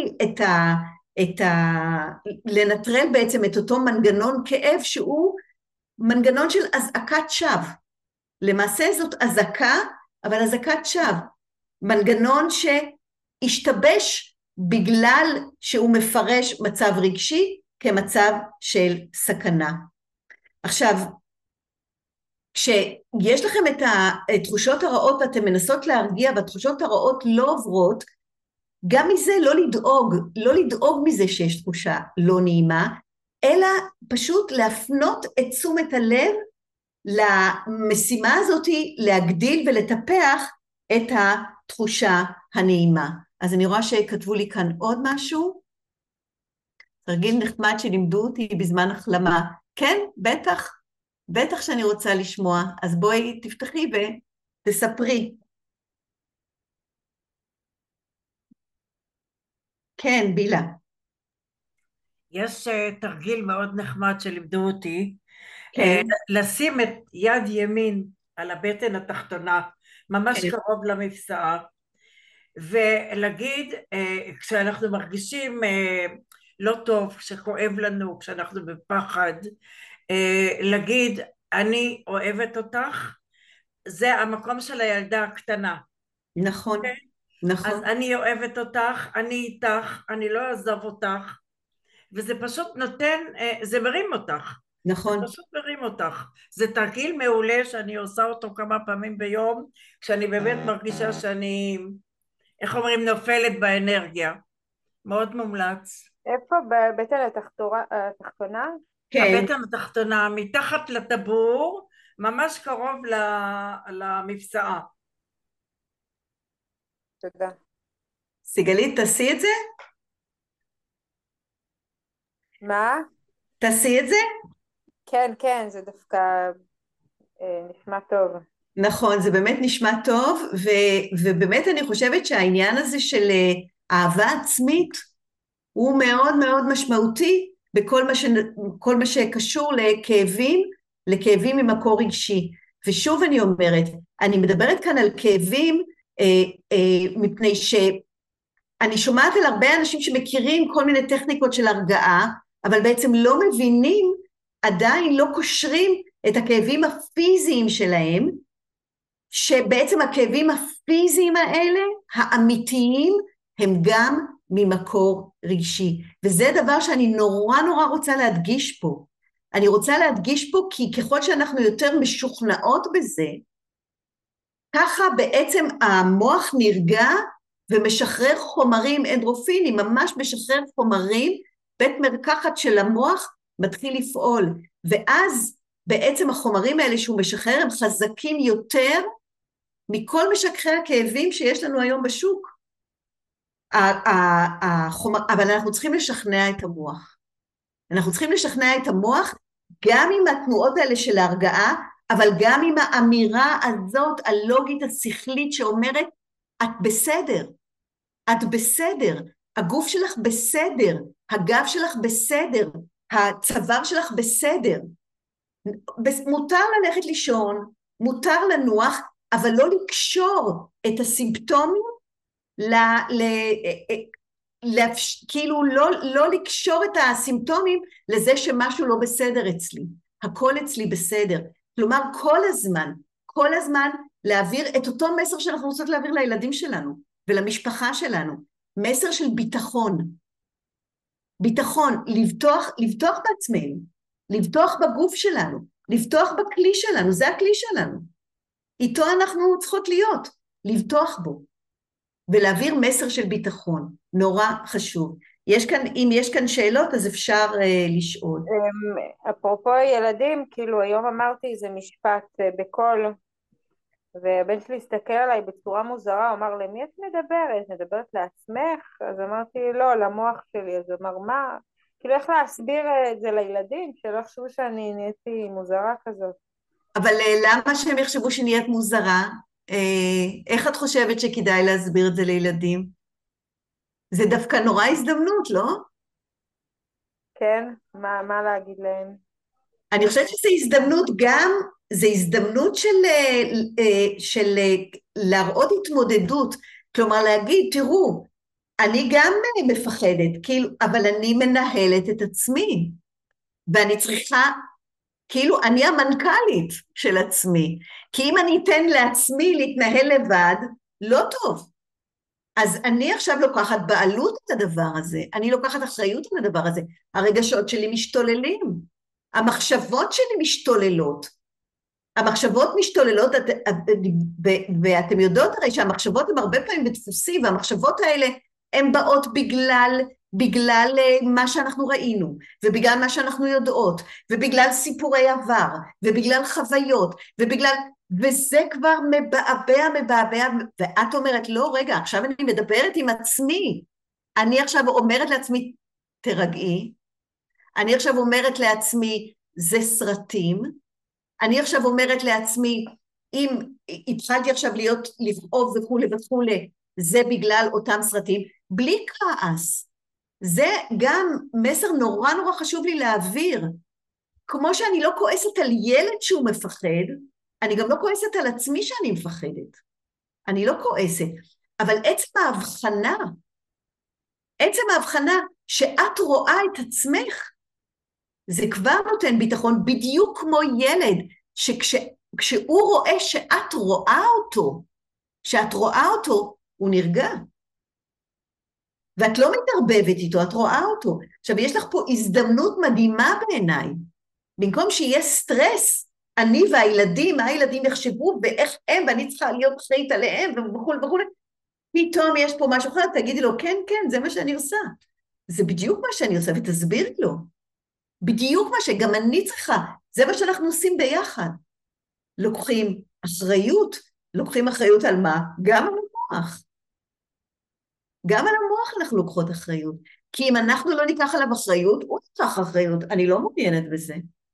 לנטרל בעצם את אותו מנגנון כאב שהוא מנגנון של אזעקת שווא. למעשה זאת אזעקה, אבל אזעקת שווא. מנגנון שהשתבש בגלל שהוא מפרש מצב רגשי כמצב של סכנה. עכשיו, כשיש לכם את התחושות הרעות ואתם מנסות להרגיע והתחושות הרעות לא עוברות, גם מזה לא לדאוג מזה שיש תחושה לא נעימה, אלא פשוט להפנות את תשומת הלב למשימה הזאת, להגדיל ולטפח את התחושה הנעימה. אז אני רואה שכתבו לי כאן עוד משהו, תרגיל נחמד שלימדו אותי בזמן החלמה. כן, בטח שאני רוצה לשמוע, אז בואי תפתחי ותספרי. כן, בילה. יש תרגיל מאוד נחמד שלימדו אותי, כן. לשים את יד ימין על הבטן התחתונה, ממש כן. קרוב למפסעה, ולהגיד, כשאנחנו מרגישים לא טוב, כשכואב לנו, כשאנחנו בפחד, להגיד, אני אוהבת אותך, זה המקום של הילדה הקטנה. נכון, אז נכון, אני אוהבת אותך, אני איתך, אני לא אעזוב אותך, וזה פשוט נותן, זה מרים אותך. זה נכון. פשוט מרים אותך. זה תרגיל מעולה שאני עושה אותו כמה פעמים ביום, כשאני באמת מרגישה שאני, איך אומרים, נופלת באנרגיה. מאוד מומלץ. איפה? בבטן התחתונה? כן, הבטן התחתונה, מתחת לטבור, ממש קרוב למפסעה. תודה. סיגלית, תעשי את זה? מה? תעשי את זה? כן, כן, זה דווקא נשמע טוב. נכון, זה באמת נשמע טוב, ובאמת אני חושבת שהעניין הזה של אהבה עצמית הוא מאוד מאוד משמעותי כל מה שקשור לכאבים ממקור רגשי. ושוב אני אומרת, אני מדברת כאן על כאבים מפני שאני שומעת על הרבה אנשים שמכירים כל מיני טכניקות של הרגעה, אבל בעצם לא מבינים, עדיין לא קושרים את הכאבים הפיזיים שלהם, שבעצם הכאבים הפיזיים האלה, האמיתיים, הם גם ממקור רגשי. וזה דבר שאני נורא נורא רוצה להדגיש פה. אני רוצה להדגיש פה כי ככל שאנחנו יותר משוכנעות בזה, ככה בעצם המוח נרגע ומשחרר חומרים אנדרופינים, ממש משחרר חומרים, בית מרקחת של המוח מתחיל לפעול, ואז בעצם החומרים האלה שהוא משחרר הם חזקים יותר מכל משככי הכאבים שיש לנו היום בשוק. אבל אנחנו צריכים לשכנע את המוח. אנחנו צריכים לשכנע את המוח גם עם התנועות האלה של ההרגעה, אבל גם עם האמירה הזאת הלוגית השכלית שאומרת, את בסדר, את בסדר, הגוף שלך בסדר, הגב שלך בסדר, הצוואר שלך בסדר, מותר ללכת לישון, מותר לנוח, אבל לא לקשור את הסימפטומים, כאילו לא לקשור את הסימפטומים לזה שמשהו לא בסדר אצלי, הכל אצלי בסדר, כלומר כל הזמן להעביר את אותו מסר שאנחנו רוצות להעביר לילדים שלנו ולמשפחה שלנו, מסר של ביטחון, ביטחון, לבטוח בעצמנו, לבטוח בגוף שלנו, לבטוח בכלי שלנו, זה הכלי שלנו, איתו אנחנו צריכות להיות, לבטוח בו, ולהעביר מסר של ביטחון, נורא חשוב. אם יש כאן שאלות, אז אפשר לשאול. אפרופו ילדים, כאילו היום אמרתי איזה משפט בקול, והבן שלי הסתכל עליי בצורה מוזרה, הוא אמר, למי את מדברת? מדברת לעצמך? אז אמרתי, לא, למוח שלי. אז הוא אמר, מה? כאילו איך להסביר את זה לילדים, שלא חשבו שאני נהייתי מוזרה כזאת. אבל למה שהם יחשבו שנהיית מוזרה? איך את חושבת שכדאי להסביר את זה לילדים? זה דווקא נורא הזדמנות, לא? כן? מה להגיד להם? אני חושבת שזו הזדמנות גם, זו הזדמנות של להראות התמודדות, כלומר להגיד, תראו, אני גם מפחדת, כאילו, אבל אני מנהלת את עצמי, ואני צריכה, כאילו, אני המנכ"לית של עצמי, כי אם אני אתן לעצמי להתנהל לבד, לא טוב. אז אני עכשיו לוקחת בעלות את הדבר הזה, אני לוקחת אחריות על הדבר הזה, הרגשות שלי משתוללים, המחשבות שלי משתוללות, המחשבות משתוללות, ואתם יודעות הרי שהמחשבות הן הרבה פעמים בדפוסים, והמחשבות האלה הן באות בגלל מה שאנחנו ראינו, ובגלל מה שאנחנו יודעות, ובגלל סיפורי עבר, ובגלל חוויות, וזה כבר מבעבע, ואת אומרת, לא, רגע, עכשיו אני מדברת עם עצמי, אני עכשיו אומרת לעצמי, תרגעי, אני עכשיו אומרת לעצמי, זה סרטים, אני עכשיו אומרת לעצמי, אם התחלתי עכשיו לכאוב וכו', זה בגלל אותם סרטים, בלי כעס, זה גם מסר נורא נורא חשוב לי להעביר, כמו שאני לא כועסת על ילד שהוא מפחד, אני גם לא כועסת על עצמי שאני מפחדת. אני לא כועסת, אבל עצם ההבחנה שאת רואה את עצמך, זה כבר נותן ביטחון, בדיוק כמו ילד, שכשהוא רואה שאת רואה אותו, הוא נרגע. ואת לא מתערבבת איתו, את רואה אותו. עכשיו, יש לך פה הזדמנות מדהימה בעיניי. במקום שיהיה סטרס, אני והילדים, מה הילדים יחשבו, ואיך הם, ואני צריכה להיות אחראית עליהם, וכו'. פתאום יש פה משהו אחר, תגידי לו, כן, כן, זה מה שאני עושה. זה בדיוק מה שאני עושה, ותסבירי לו. בדיוק מה שגם אני צריכה, זה מה שאנחנו עושים ביחד. לוקחים אחריות על מה? גם על המוח. גם על המוח אנחנו לוקחות אחריות. כי אם אנחנו לא ניקח עליו אחריות, הוא ניקח אחריות, אני לא מעוניינת בזה.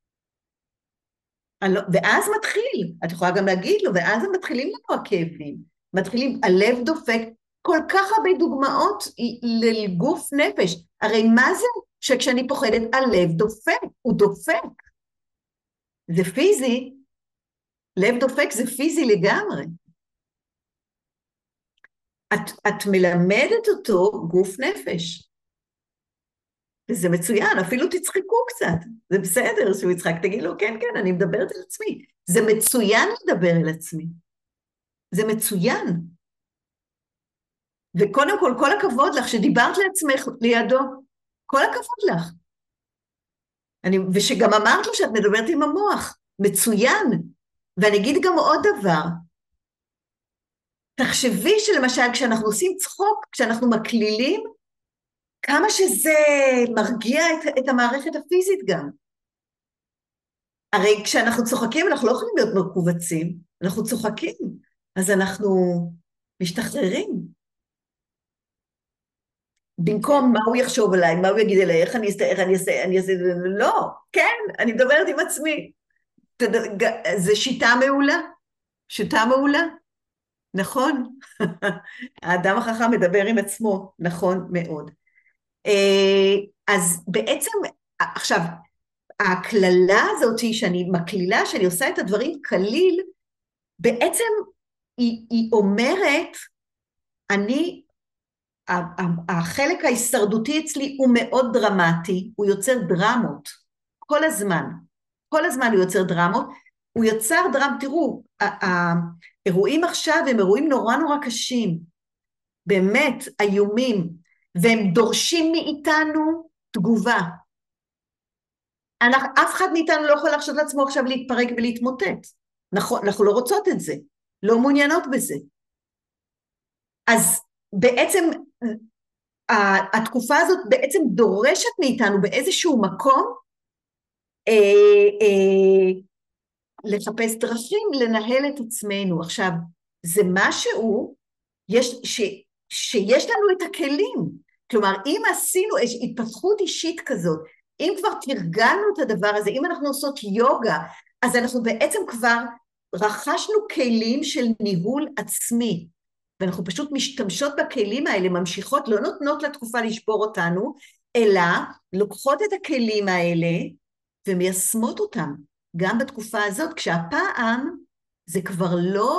ואז מתחיל, את יכולה גם להגיד לו, ואז הם מתחילים לנו הכאבים, מתחילים, הלב דופק, כל כך הרבה דוגמאות לגוף נפש, הרי מה זה שכשאני פוחדת, הלב דופק, הוא דופק, זה פיזי, לב דופק זה פיזי לגמרי, את מלמדת אותו גוף נפש, וזה מצוין, אפילו תצחקו קצת, זה בסדר שהוא יצחק, תגיד לו, כן, כן, אני מדברת על עצמי, זה מצוין לדבר על עצמי, זה מצוין, וקודם כל, כל הכבוד לך שדיברת לעצמך לידו, כל הכבוד לך, ושגם אמרת לו שאת מדברת עם המוח, מצוין, ואני אגיד גם עוד דבר, תחשבי שלמשל כשאנחנו עושים צחוק, כשאנחנו מקלילים, כמה שזה מרגיע את המערכת הפיזית גם. הרי כשאנחנו צוחקים, אנחנו לא יכולים להיות מרקובצים, אנחנו צוחקים, אז אנחנו משתחררים. במקום מה הוא יחשוב עליי, מה הוא יגיד אליי, איך אני אעשה, לא, כן, אני מדברת עם עצמי. זה שיטה מעולה, נכון? האדם החכם מדבר עם עצמו, נכון מאוד. אז בעצם, עכשיו, הכללה הזאת שאני מקלילה, שאני עושה את הדברים קליל, בעצם היא אומרת, החלק ההישרדותי אצלי הוא מאוד דרמטי, הוא יוצר דרמות, כל הזמן הוא יוצר דרמות, הוא יוצר תראו, האירועים עכשיו הם אירועים נורא קשים, באמת איומים, והם דורשים מאיתנו תגובה. אף אחד מאיתנו לא יכול לחשוב לעצמו עכשיו להתפרק ולהתמוטט. אנחנו לא רוצות את זה, לא מעוניינות בזה. אז בעצם התקופה הזאת בעצם דורשת מאיתנו באיזשהו מקום לחפש דרכים לנהל את עצמנו. עכשיו, זה משהו שיש לנו את הכלים. כלומר, אם עשינו התפתחות אישית כזאת, אם כבר תרגלנו את הדבר הזה, אם אנחנו עושות יוגה, אז אנחנו בעצם כבר רכשנו כלים של ניהול עצמי, ואנחנו פשוט משתמשות בכלים האלה, ממשיכות, לא נותנות לתקופה לשבור אותנו, אלא לוקחות את הכלים האלה ומיישמות אותם, גם בתקופה הזאת, כשהפעם זה כבר לא,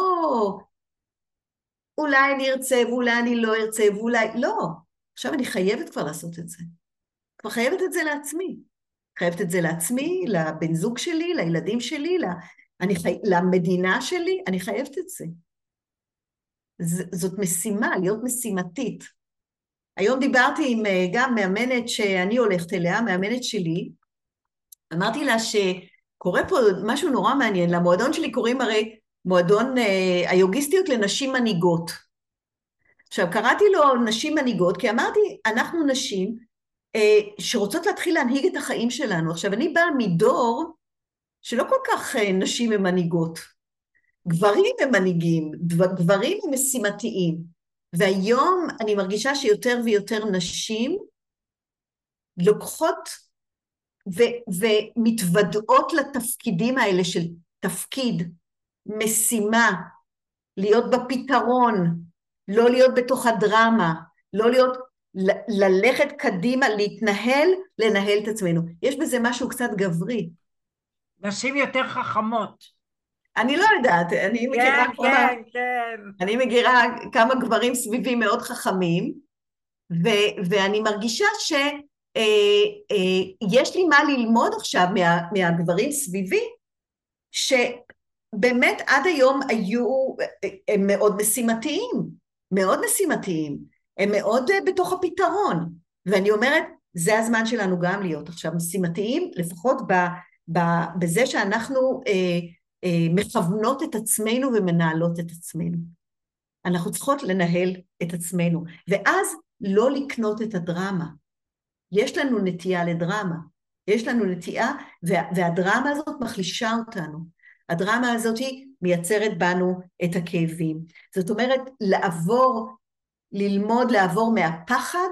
אולי אני ארצה ואולי אני לא ארצה ואולי, לא, עכשיו אני חייבת כבר לעשות את זה, כבר חייבת את זה לעצמי, חייבת את זה לעצמי, לבן זוג שלי, לילדים שלי, למדינה שלי, אני חייבת את זה. זאת משימה, להיות משימתית. היום דיברתי עם גם מאמנת שאני הולכת אליה, מאמנת שלי, אמרתי לה שקורה פה משהו נורא מעניין, למועדון שלי קוראים הרי מועדון היוגיסטיות לנשים מנהיגות. עכשיו קראתי לו נשים מנהיגות, כי אמרתי אנחנו נשים שרוצות להתחיל להנהיג את החיים שלנו. עכשיו אני באה מדור שלא כל כך נשים הם מנהיגות, גברים הם מנהיגים, גברים הם משימתיים, והיום אני מרגישה שיותר ויותר נשים לוקחות ומתוודעות לתפקידים האלה של תפקיד, משימה, להיות בפתרון, לא להיות בתוך הדרמה, לא להיות, ללכת קדימה, להתנהל, לנהל את עצמנו. יש בזה משהו קצת גברי. נשים יותר חכמות. אני לא יודעת, כן, כן, כן. אני מכירה כמה גברים סביבי מאוד חכמים, ואני מרגישה שיש לי מה ללמוד עכשיו מהגברים סביבי, שבאמת עד היום הם מאוד משימתיים, מאוד משימתיים, הם מאוד בתוך הפתרון, ואני אומרת, זה הזמן שלנו גם להיות עכשיו משימתיים, לפחות בזה שאנחנו מכוונות את עצמנו ומנהלות את עצמנו. אנחנו צריכות לנהל את עצמנו, ואז לא לקנות את הדרמה. יש לנו נטייה לדרמה, יש לנו נטייה, והדרמה הזאת מחלישה אותנו. הדרמה הזאת מייצרת בנו את הכאבים. זאת אומרת, ללמוד לעבור מהפחד,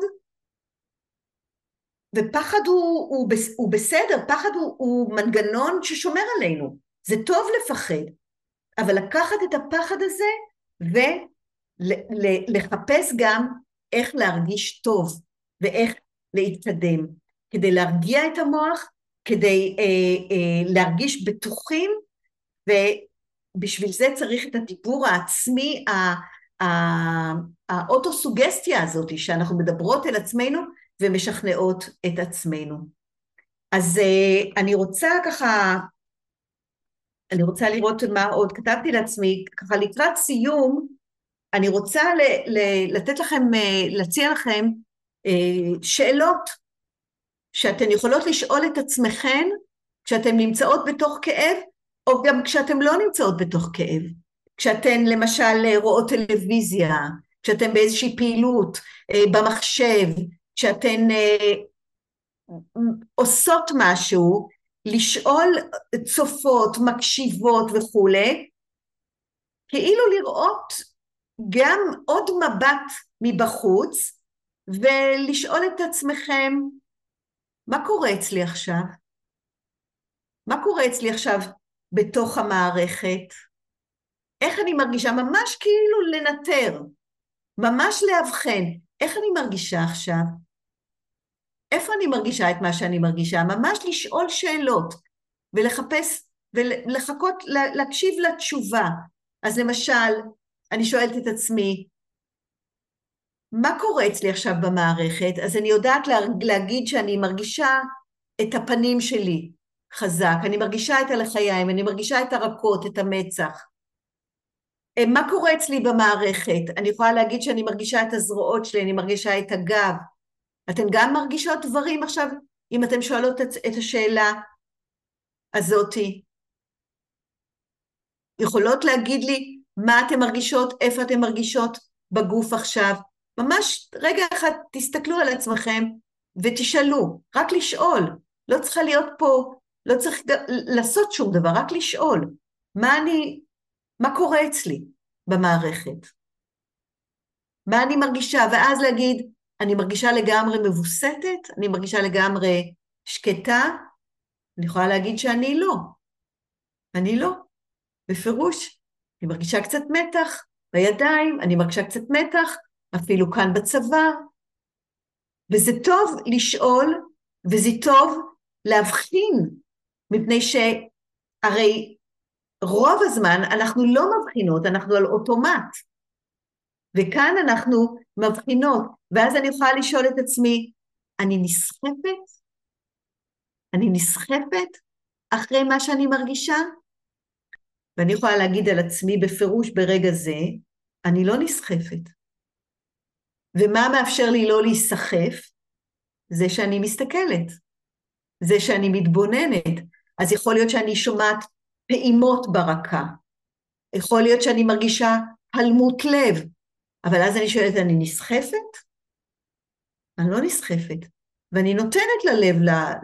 ופחד הוא בסדר, פחד הוא מנגנון ששומר עלינו. זה טוב לפחד, אבל לקחת את הפחד הזה ולחפש גם איך להרגיש טוב ואיך להתקדם, כדי להרגיע את המוח, כדי להרגיש בטוחים, ובשביל זה צריך את הדיבור העצמי, האוטוסוגסטיה הזאת, שאנחנו מדברות אל עצמנו ומשכנעות את עצמנו. אז אני רוצה לראות מה עוד כתבתי לעצמי, ככה לקראת סיום, אני רוצה להציע לכם שאלות שאתן יכולות לשאול את עצמכן כשאתן נמצאות בתוך כאב, או גם כשאתן לא נמצאות בתוך כאב. כשאתן למשל רואות טלוויזיה, כשאתן באיזושהי פעילות במחשב, כשאתן עושות משהו, לשאול צופות, מקשיבות וכולי, כאילו לראות גם עוד מבט מבחוץ, ולשאול את עצמכם, מה קורה אצלי עכשיו? מה קורה אצלי עכשיו בתוך המערכת? איך אני מרגישה? ממש כאילו לנטר, ממש להבחן, איך אני מרגישה עכשיו? איפה אני מרגישה את מה שאני מרגישה? ממש לשאול שאלות, ולחפש, ולחכות, להקשיב לתשובה. אז למשל, אני שואלת את עצמי, מה קורה אצלי עכשיו במערכת? אז אני יודעת להגיד שאני מרגישה את הפנים שלי חזק, אני מרגישה את הלחיים, אני מרגישה את הרכות, את המצח. מה קורה אצלי במערכת? אני יכולה להגיד שאני מרגישה את הזרועות שלי, אני מרגישה את הגב. אתן גם מרגישות דברים עכשיו, אם אתן שואלות את השאלה הזאתי? יכולות להגיד לי מה אתן מרגישות, איפה אתן מרגישות בגוף עכשיו? ממש רגע אחד תסתכלו על עצמכם ותשאלו, רק לשאול. לא צריכה להיות פה, לא צריך לעשות שום דבר, רק לשאול. מה קורה אצלי במערכת? מה אני מרגישה? ואז להגיד, אני מרגישה לגמרי מבוסתת, אני מרגישה לגמרי שקטה, אני יכולה להגיד שאני לא. אני לא. בפירוש, אני מרגישה קצת מתח בידיים, אני מרגישה קצת מתח, אפילו כאן בצבא, וזה טוב לשאול, וזה טוב להבחין, מפני שהרי רוב הזמן אנחנו לא מבחינות, אנחנו על אוטומט, וכאן אנחנו מבחינות, ואז אני יכולה לשאול את עצמי, אני נסחפת? אני נסחפת אחרי מה שאני מרגישה? ואני יכולה להגיד על עצמי בפירוש ברגע זה, אני לא נסחפת. ומה מאפשר לי לא להיסחף? זה שאני מסתכלת, זה שאני מתבוננת. אז יכול להיות שאני שומעת פעימות ברקה, יכול להיות שאני מרגישה הלמות לב, אבל אז אני שואלת, אני נסחפת? אני לא נסחפת, ואני נותנת ללב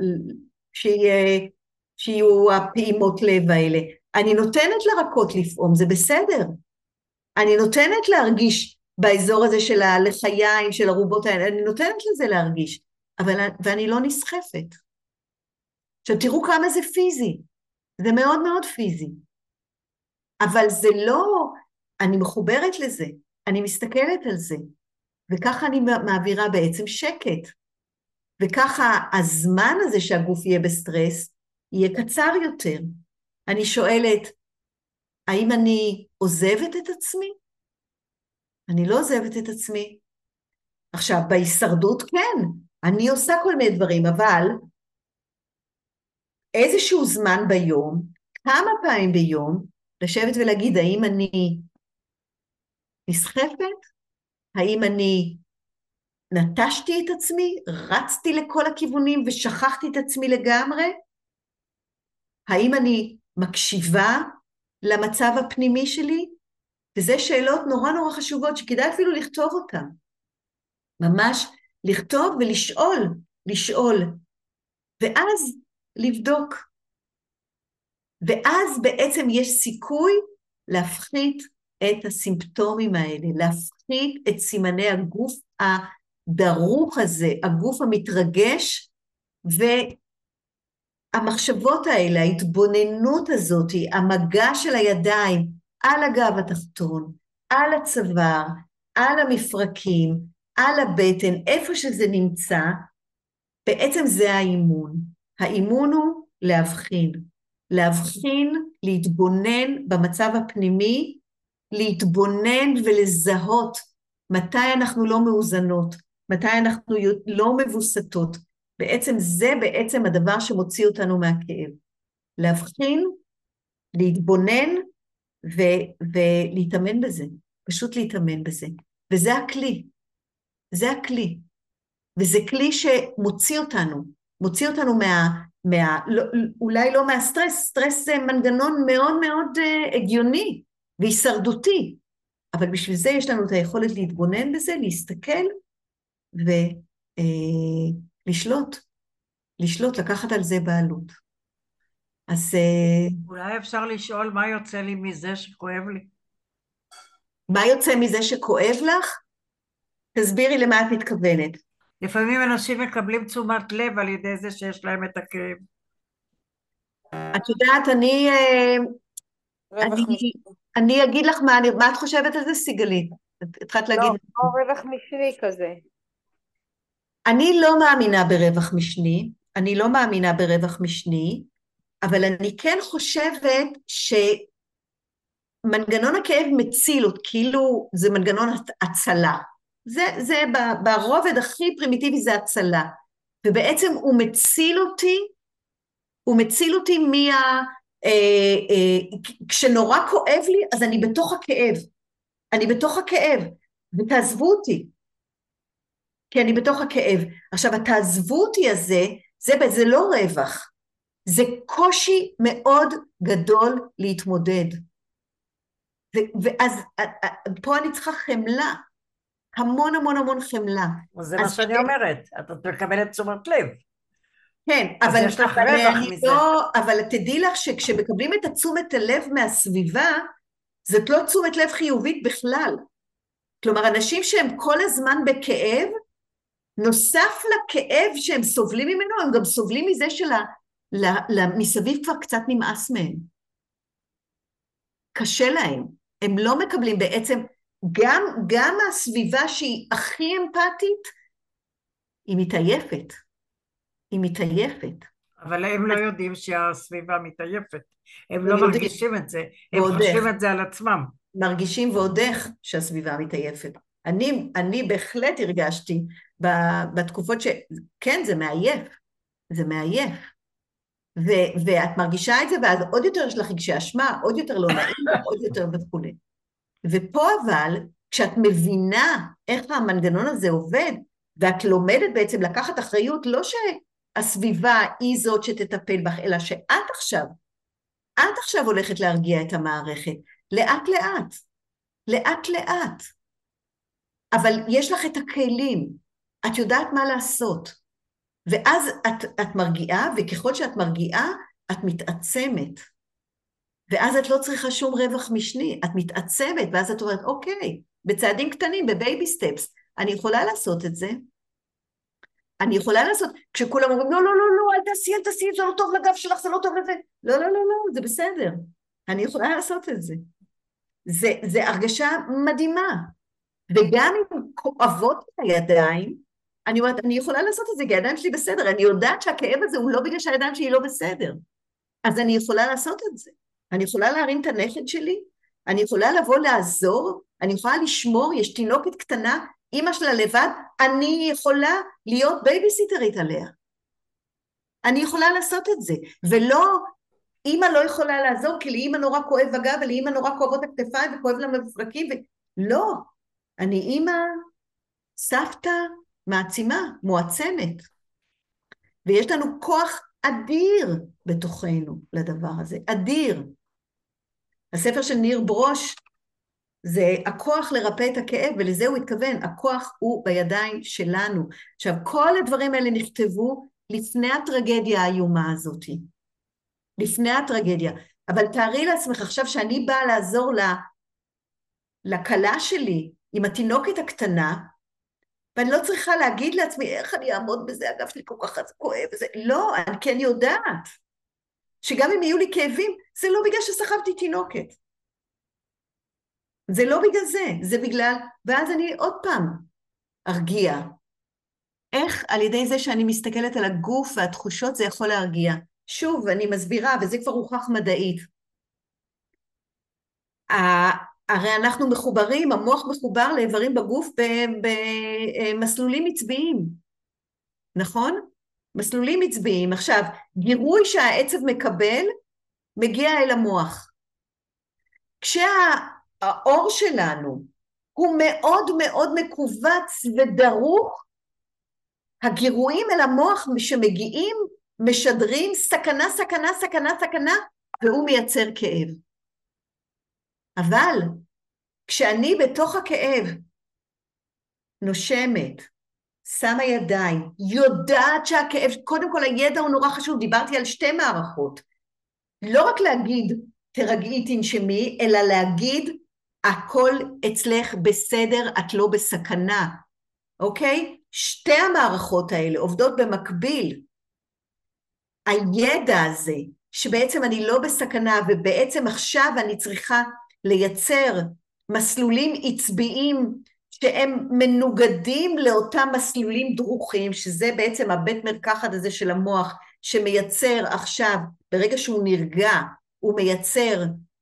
שיהיו הפעימות לב האלה. אני נותנת לרקות לפעום, זה בסדר. אני נותנת להרגיש באזור הזה של הלחיים, של הרובות האלה, אני נותנת לזה להרגיש, ואני לא נסחפת. עכשיו תראו כמה זה פיזי, זה מאוד מאוד פיזי. אבל זה לא, אני מחוברת לזה, אני מסתכלת על זה, וככה אני מעבירה בעצם שקט. וככה הזמן הזה שהגוף יהיה בסטרס, יהיה קצר יותר. אני שואלת, האם אני עוזבת את עצמי? אני לא עוזבת את עצמי. עכשיו, בהישרדות כן, אני עושה כל מיני דברים, אבל איזשהו זמן ביום, כמה פעמים ביום, לשבת ולהגיד, האם אני נסחפת? האם אני נטשתי את עצמי? רצתי לכל הכיוונים ושכחתי את עצמי לגמרי? האם אני מקשיבה למצב הפנימי שלי? וזה שאלות נורא נורא חשובות שכדאי אפילו לכתוב אותן. ממש לכתוב ולשאול, לשאול, ואז לבדוק. ואז בעצם יש סיכוי להפחית את הסימפטומים האלה, להפחית את סימני הגוף הדרוך הזה, הגוף המתרגש, והמחשבות האלה, ההתבוננות הזאת, המגע של הידיים על הגב התחתון, על הצוואר, על המפרקים, על הבטן, איפה שזה נמצא, בעצם זה האימון. האימון הוא להבחין. להבחין, להתבונן במצב הפנימי, להתבונן ולזהות מתי אנחנו לא מאוזנות, מתי אנחנו לא מבוסתות. בעצם זה בעצם הדבר שמוציא אותנו מהכאב. להבחין, להתבונן ולהתאמן בזה. פשוט להתאמן בזה. וזה הכלי. זה הכלי. וזה כלי שמוציא אותנו. מוציא אותנו אולי לא מהסטרס, סטרס זה מנגנון מאוד מאוד הגיוני והישרדותי, אבל בשביל זה יש לנו את היכולת להתבונן בזה, להסתכל ולשלוט, לקחת על זה בעלות. אז אולי אפשר לשאול מה יוצא לי מזה שכואב לי? מה יוצא מזה שכואב לך? תסבירי למה את מתכוונת. לפעמים אנשים מקבלים תשומת לב על ידי זה שיש להם את הכאב. את יודעת, אני אגיד לך מה את חושבת על זה, סיגלית? התחלת להגיד. לא, רווח משני כזה. אני לא מאמינה ברווח משני, אבל אני כן חושבת שמנגנון הכאב מציל, כאילו זה מנגנון הצלה. זה ברובד הכי פרימיטיבי זה הצלה. ובעצם הוא מציל אותי כשנורא כואב לי, אז אני בתוך הכאב, ותעזבו אותי, כי אני בתוך הכאב. עכשיו, התעזבו אותי הזה, זה לא רווח, זה קושי מאוד גדול להתמודד. ואז פה אני צריכה חמלה, המון המון המון חמלה. זה מה שאני אומרת, את מקבלת תשומת לב. כן, אבל תדעי לך שכשמקבלים את תשומת הלב מהסביבה, זאת לא תשומת לב חיובית בכלל. כלומר, אנשים שהם כל הזמן בכאב, נוסף לכאב שהם סובלים ממנו, הם גם סובלים מזה מסביב כבר קצת נמאס מהם. קשה להם. הם לא מקבלים בעצם, גם הסביבה שהיא הכי אמפתית, היא מתעייפת. אבל הם לא יודעים שהסביבה מתעייפת. הם לא מרגישים את זה. הם חושבים את זה על עצמם. מרגישים ועוד איך שהסביבה מתעייפת. אני בהחלט הרגשתי בתקופות שכן, זה מעייף. ואת מרגישה את זה, ואז עוד יותר יש לך רגשי אשמה, עוד יותר לא נעים, עוד יותר וכו'. ופה אבל, כשאת מבינה איך המנגנון הזה עובד, ואת לומדת בעצם לקחת אחריות, לא שהסביבה היא זאת שתטפל בך, אלא שאת עכשיו הולכת להרגיע את המערכת, לאט לאט. אבל יש לך את הכלים, את יודעת מה לעשות, ואז את מרגיעה, וככל שאת מרגיעה, את מתעצמת, ואז את לא צריכה שום רווח משני, את מתעצמת, ואז את אומרת, אוקיי, בצעדים קטנים, בבייבי סטפס, אני יכולה לעשות את זה, כשכולם אומרים, לא, אל תעשי, זה לא טוב לגב שלך, זה לא טוב לזה, לא, זה בסדר, אני יכולה לעשות את זה. זה הרגשה מדהימה, וגם אם כואבות את הידיים, אני אומרת, אני יכולה לעשות את זה, כי הידיים שלי בסדר, אני יודעת שהכאב הזה הוא לא בגלל שהידיים שלי לא בסדר, אז אני יכולה לעשות את זה. אני יכולה להרים את הנכד שלי, אני יכולה לבוא לעזור, אני יכולה לשמור, יש תינוקת קטנה, אמא שלה לבד, אני יכולה להיות בייביסיטרית עליה. אני יכולה לעשות את זה, ולא, אמא לא יכולה לעזור, כי לאמא נורא כואב הגב, ולאמא נורא כואבות הכתפיים, וכואב לה מפרקים, לא, אני אמא, סבתא, מעצימה, מועצמת, ויש לנו כוח אדיר בתוכנו לדבר הזה, אדיר. הספר של ניר ברוש, זה הכוח לרפא את הכאב, ולזה הוא התכוון, הכוח הוא בידיים שלנו. עכשיו, כל הדברים האלה נכתבו לפני הטרגדיה האיומה הזאת. לפני הטרגדיה. אבל תארי לעצמך עכשיו שאני באה לעזור לקלה שלי, עם התינוקת הקטנה, ואני לא צריכה להגיד לעצמי, איך אני אעמוד בזה, הגב שלי כל כך כואב, וזה, לא, אני כן יודעת, שגם אם יהיו לי כאבים, זה לא בגלל שסחבתי תינוקת. זה לא בגלל זה, זה בגלל, ואז אני עוד פעם ארגיע. איך על ידי זה שאני מסתכלת על הגוף והתחושות זה יכול להרגיע? שוב, אני מסבירה, וזה כבר הוכח מדעית. הרי אנחנו מחוברים, המוח מחובר לאיברים בגוף במסלולים עצביים, נכון? מסלולים עצביים. עכשיו, גירוי שהעצב מקבל, מגיע אל המוח. כשהאור שלנו הוא מאוד מאוד מקובץ ודרוך, הגירויים אל המוח שמגיעים, משדרים סכנה, סכנה, סכנה, סכנה, והוא מייצר כאב. אבל כשאני בתוך הכאב נושמת, שמה ידיים, יודעת שהכאב, קודם כל הידע הוא נורא חשוב, דיברתי על שתי מערכות, לא רק להגיד תרגעי תנשמי, אלא להגיד הכל אצלך בסדר, את לא בסכנה, אוקיי? שתי המערכות האלה עובדות במקביל. הידע הזה, שבעצם אני לא בסכנה, ובעצם עכשיו אני צריכה לייצר מסלולים עצביים, שהם מנוגדים לאותם מסלולים דרוכים, שזה בעצם הבית מרקחת הזה של המוח, שמייצר עכשיו, ברגע שהוא נרגע, הוא מייצר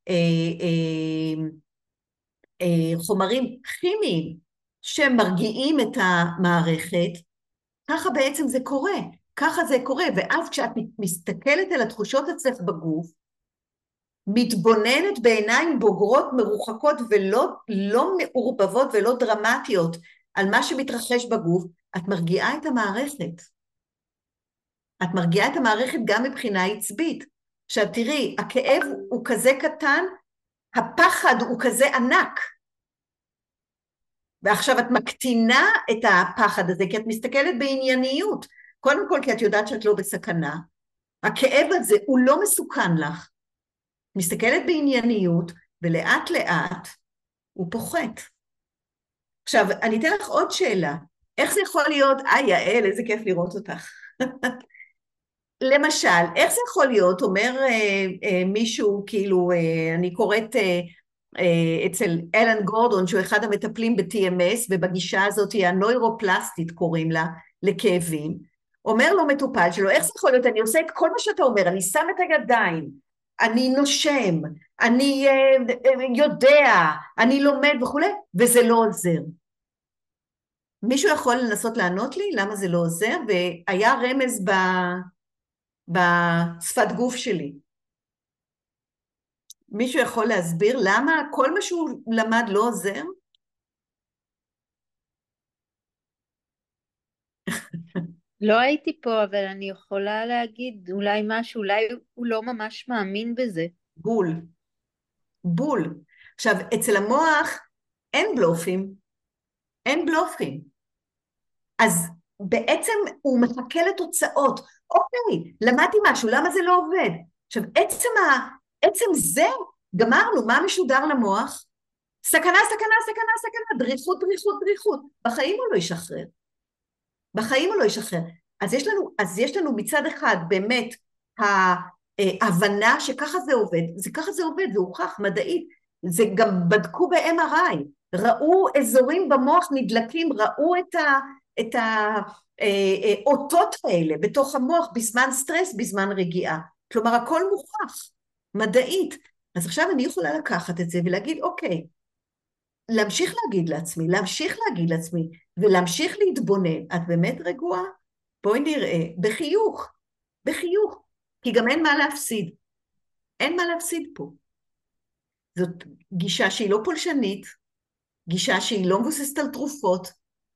חומרים כימיים, שמרגיעים את המערכת, ככה בעצם זה קורה, ככה זה קורה, ואז כשאת מסתכלת על התחושות אצלך בגוף, מתבוננת בעיניים בוגרות מרוחקות ולא מעורבבות ולא דרמטיות על מה שמתרחש בגוף, את מרגיעה את המערכת. את מרגיעה את המערכת גם מבחינה עצבית. עכשיו תראי, הכאב הוא כזה קטן, הפחד הוא כזה ענק. ועכשיו את מקטינה את הפחד הזה, כי את מסתכלת בענייניות. קודם כל כי את יודעת שאת לא בסכנה. הכאב הזה הוא לא מסוכן לך. מסתכלת בענייניות, ולאט לאט הוא פוחת. עכשיו, אני אתן לך עוד שאלה. איך זה יכול להיות? יעל, איזה כיף לראות אותך. למשל, איך זה יכול להיות? אומר מישהו, כאילו, אני קוראת אצל אלן גורדון, שהוא אחד המטפלים ב-TMS, ובגישה הזאת היא הנוירופלסטית, קוראים לה, לכאבים. אומר לו מטופל שלו, איך זה יכול להיות? אני עושה את כל מה שאתה אומר, אני שם את הידיים, אני נושם, אני יודע, אני לומד וכו', וזה לא עוזר. מישהו יכול לנסות לענות לי למה זה לא עוזר? והיה רמז בשפת גוף שלי. מישהו יכול להסביר למה כל מה שהוא למד לא עוזר? לא הייתי פה, אבל אני יכולה להגיד אולי משהו, אולי הוא לא ממש מאמין בזה. בול. עכשיו, אצל המוח אין בלופים, אין בלופים. אז בעצם הוא מחכה לתוצאות. אוקיי, למדתי משהו, למה זה לא עובד? עכשיו, עצם זה, גמרנו, מה משודר למוח? סכנה, סכנה, סכנה, סכנה, דריכות, דריכות, דריכות. בחיים הוא לא ישחרר. בחיים הוא לא ישחרר. אז יש לנו מצד אחד באמת ההבנה שככה זה עובד, ככה זה עובד, זה הוכח מדעית, זה גם בדקו ב-MRI, ראו אזורים במוח נדלקים, ראו את האותות האלה בתוך המוח בזמן סטרס, בזמן רגיעה. כלומר, הכל מוכח, מדעית. אז עכשיו אני יכולה לקחת את זה ולהגיד, אוקיי, להמשיך להגיד לעצמי, ולהמשיך להתבונן. את באמת רגועה? בואי נראה, בחיוך, כי גם אין מה להפסיד. אין מה להפסיד פה. זאת גישה שהיא לא פולשנית, גישה שהיא לא מבוססת על תרופות,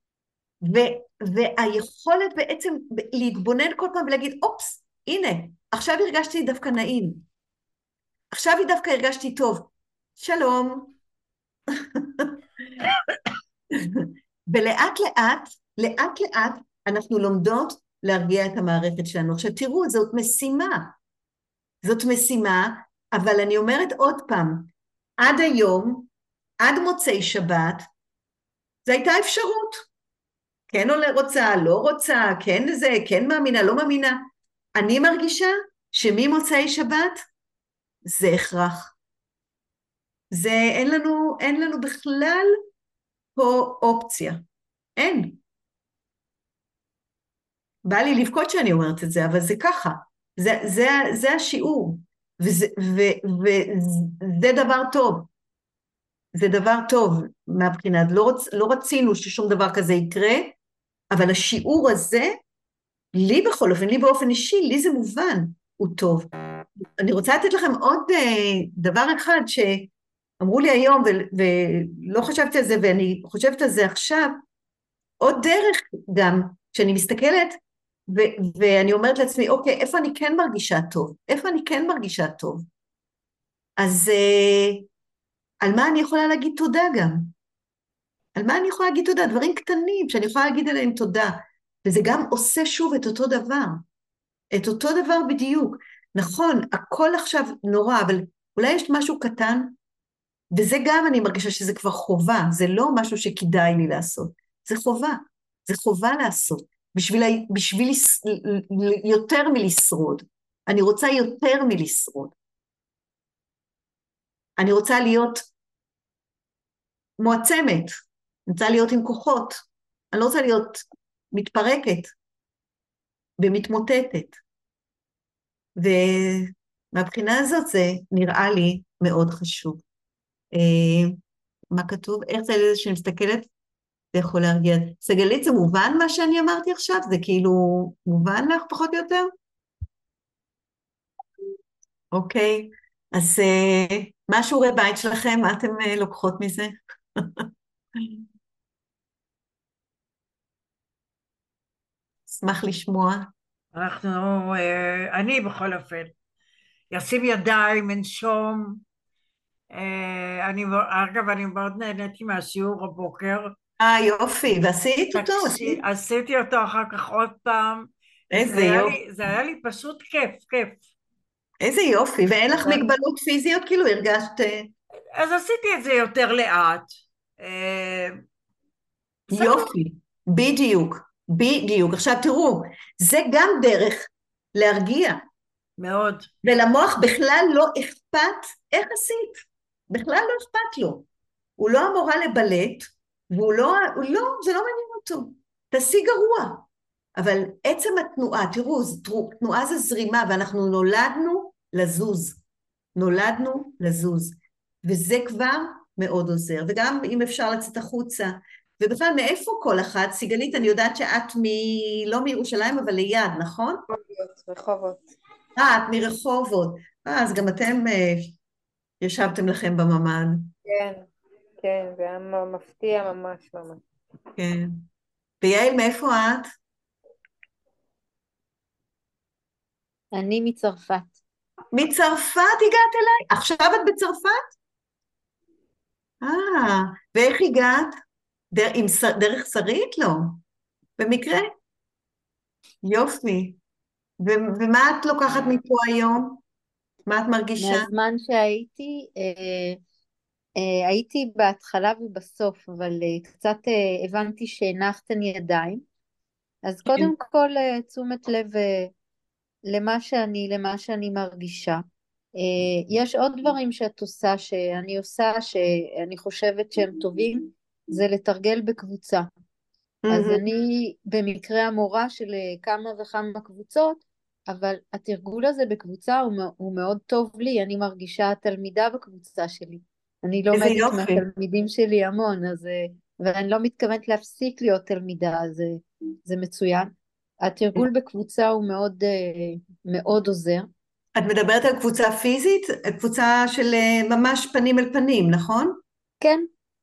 והיכולת בעצם להתבונן כל פעם ולהגיד, אופס, הנה, עכשיו הרגשתי דווקא נעים. עכשיו דווקא הרגשתי טוב. שלום. ולאט לאט, אנחנו לומדות להרגיע את המערכת שלנו. עכשיו תראו, זאת משימה, אבל אני אומרת עוד פעם, עד היום, עד מוצאי שבת, זו הייתה אפשרות. כן או לא רוצה, כן זה, כן מאמינה, לא מאמינה. אני מרגישה שממוצאי שבת זה הכרח. אין לנו בכלל פה אופציה. אין. בא לי לבכות שאני אומרת את זה, אבל זה ככה. זה השיעור. וזה דבר טוב. זה דבר טוב מהבחינה. לא רצינו ששום דבר כזה יקרה, אבל השיעור הזה, לי בכל אופן, לי באופן אישי, לי זה מובן, הוא טוב. אני רוצה לתת לכם עוד דבר אחד שאמרו לי היום, ולא חשבתי על זה, ואני חושבת על זה עכשיו, עוד דרך גם, כשאני מסתכלת, ואני אומרת לעצמי, אוקיי, איפה אני כן מרגישה טוב? אז על מה אני יכולה להגיד תודה גם? על מה אני יכולה להגיד תודה? דברים קטנים שאני יכולה להגיד עליהם תודה. וזה גם עושה שוב את אותו דבר. את אותו דבר בדיוק. נכון, הכל עכשיו נורא, אבל אולי יש משהו קטן, וזה גם אני מרגישה שזה כבר חובה, זה לא משהו שכדאי לי לעשות. זה חובה לעשות. בשביל יותר מלשרוד. אני רוצה יותר מלשרוד. אני רוצה להיות מועצמת. אני רוצה להיות עם כוחות. אני לא רוצה להיות מתפרקת ומתמוטטת. ומהבחינה הזאת זה נראה לי מאוד חשוב. מה כתוב? איך זה שאני מסתכלת? זה יכול להרגיע. סגלית, זה מובן מה שאני אמרתי עכשיו? זה כאילו מובן לך פחות או יותר? אוקיי. אז מה שיעורי בית שלכם? מה אתם לוקחות מזה? אשמח לשמוע. אני בכל אופן, ישים ידיים, אנשום. אגב, אני מאוד נהניתי מהשיעור הבוקר. יופי, ועשית אותו? עשיתי אותו אחר כך עוד פעם. איזה יופי. זה היה לי פשוט כיף. איזה יופי, ואין לך מגבלות פיזיות? כאילו הרגשת... אז עשיתי את זה יותר לאט. יופי, בדיוק. עכשיו תראו, זה גם דרך להרגיע. מאוד. ולמוח בכלל לא אכפת איך עשית. בכלל לא אכפת לו. הוא לא המורה לבלט, זה לא מעניין אותו. תעשי גרוע. אבל עצם התנועה, תראו, תנועה זה זרימה, ואנחנו נולדנו לזוז. וזה כבר מאוד עוזר. וגם אם אפשר לצאת החוצה, ובכלל מאיפה כל אחת? סיגלית, אני יודעת שאת לא מירושלים, אבל ליד, נכון? רחובות. את מרחובות. אז גם אתם ישבתם לכם בממ"ד. כן, זה היה מפתיע ממש. כן. ויעל, מאיפה את? אני מצרפת. מצרפת הגעת אליי? עכשיו את בצרפת? ואיך הגעת? דרך שרית? לא. במקרה? יופי. ומה את לוקחת מפה היום? מה את מרגישה? מהזמן שהייתי, הייתי בהתחלה ובסוף, אבל קצת הבנתי שהנחתן ידיים. אז קודם כל תשומת לב למה שאני מרגישה. יש עוד דברים שאת עושה, שאני עושה, שאני חושבת שהם טובים, זה לתרגל בקבוצה. אז אני במקרה המורה של כמה וכמה קבוצות, אבל התרגול הזה בקבוצה הוא מאוד טוב לי, אני מרגישה תלמידה בקבוצה שלי. אני איזה לומדת יופי. מהתלמידים שלי המון, ואני לא מתכוונת להפסיק להיות תלמידה, זה מצוין. התרגול בקבוצה הוא מאוד, מאוד עוזר. את מדברת על קבוצה פיזית? קבוצה של ממש פנים אל פנים, נכון? כן.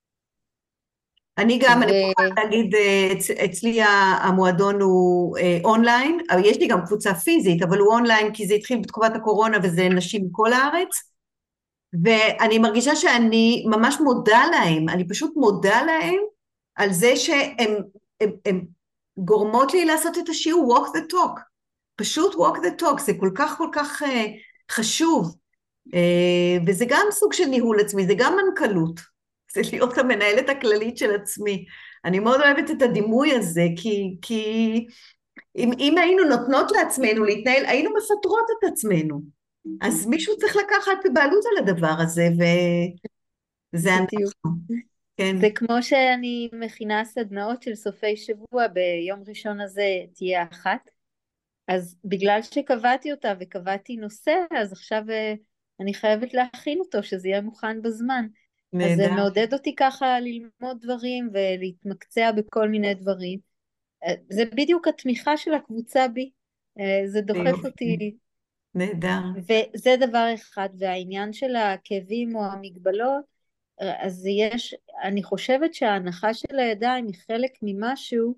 אני יכולה להגיד, אצלי המועדון הוא אונליין, אבל יש לי גם קבוצה פיזית, אבל הוא אונליין כי זה התחיל בתקופת הקורונה וזה נשים מכל הארץ, ואני מרגישה שאני ממש מודה להם, אני פשוט מודה להם על זה הם גורמות לי לעשות את השיעור walk the talk, פשוט walk the talk, זה כל כך כל כך חשוב, וזה גם סוג של ניהול עצמי, זה גם מנכ"לות, זה להיות המנהלת הכללית של עצמי. אני מאוד אוהבת את הדימוי הזה, כי אם היינו נותנות לעצמנו להתנהל, היינו מפטרות את עצמנו. אז מישהו צריך לקחת בעלות על הדבר הזה, וזה אנחנו. כן. זה כמו שאני מכינה סדנאות של סופי שבוע, ביום ראשון הזה תהיה אחת, אז בגלל שקבעתי אותה וקבעתי נושא, אז עכשיו אני חייבת להכין אותו, שזה יהיה מוכן בזמן. אז זה מעודד אותי ככה ללמוד דברים ולהתמקצע בכל מיני דברים. זה בדיוק התמיכה של הקבוצה בי, זה דוחף אותי. נהדר. וזה דבר אחד, והעניין של הכאבים או המגבלות, אז אני חושבת שההנחה של הידיים היא חלק ממשהו,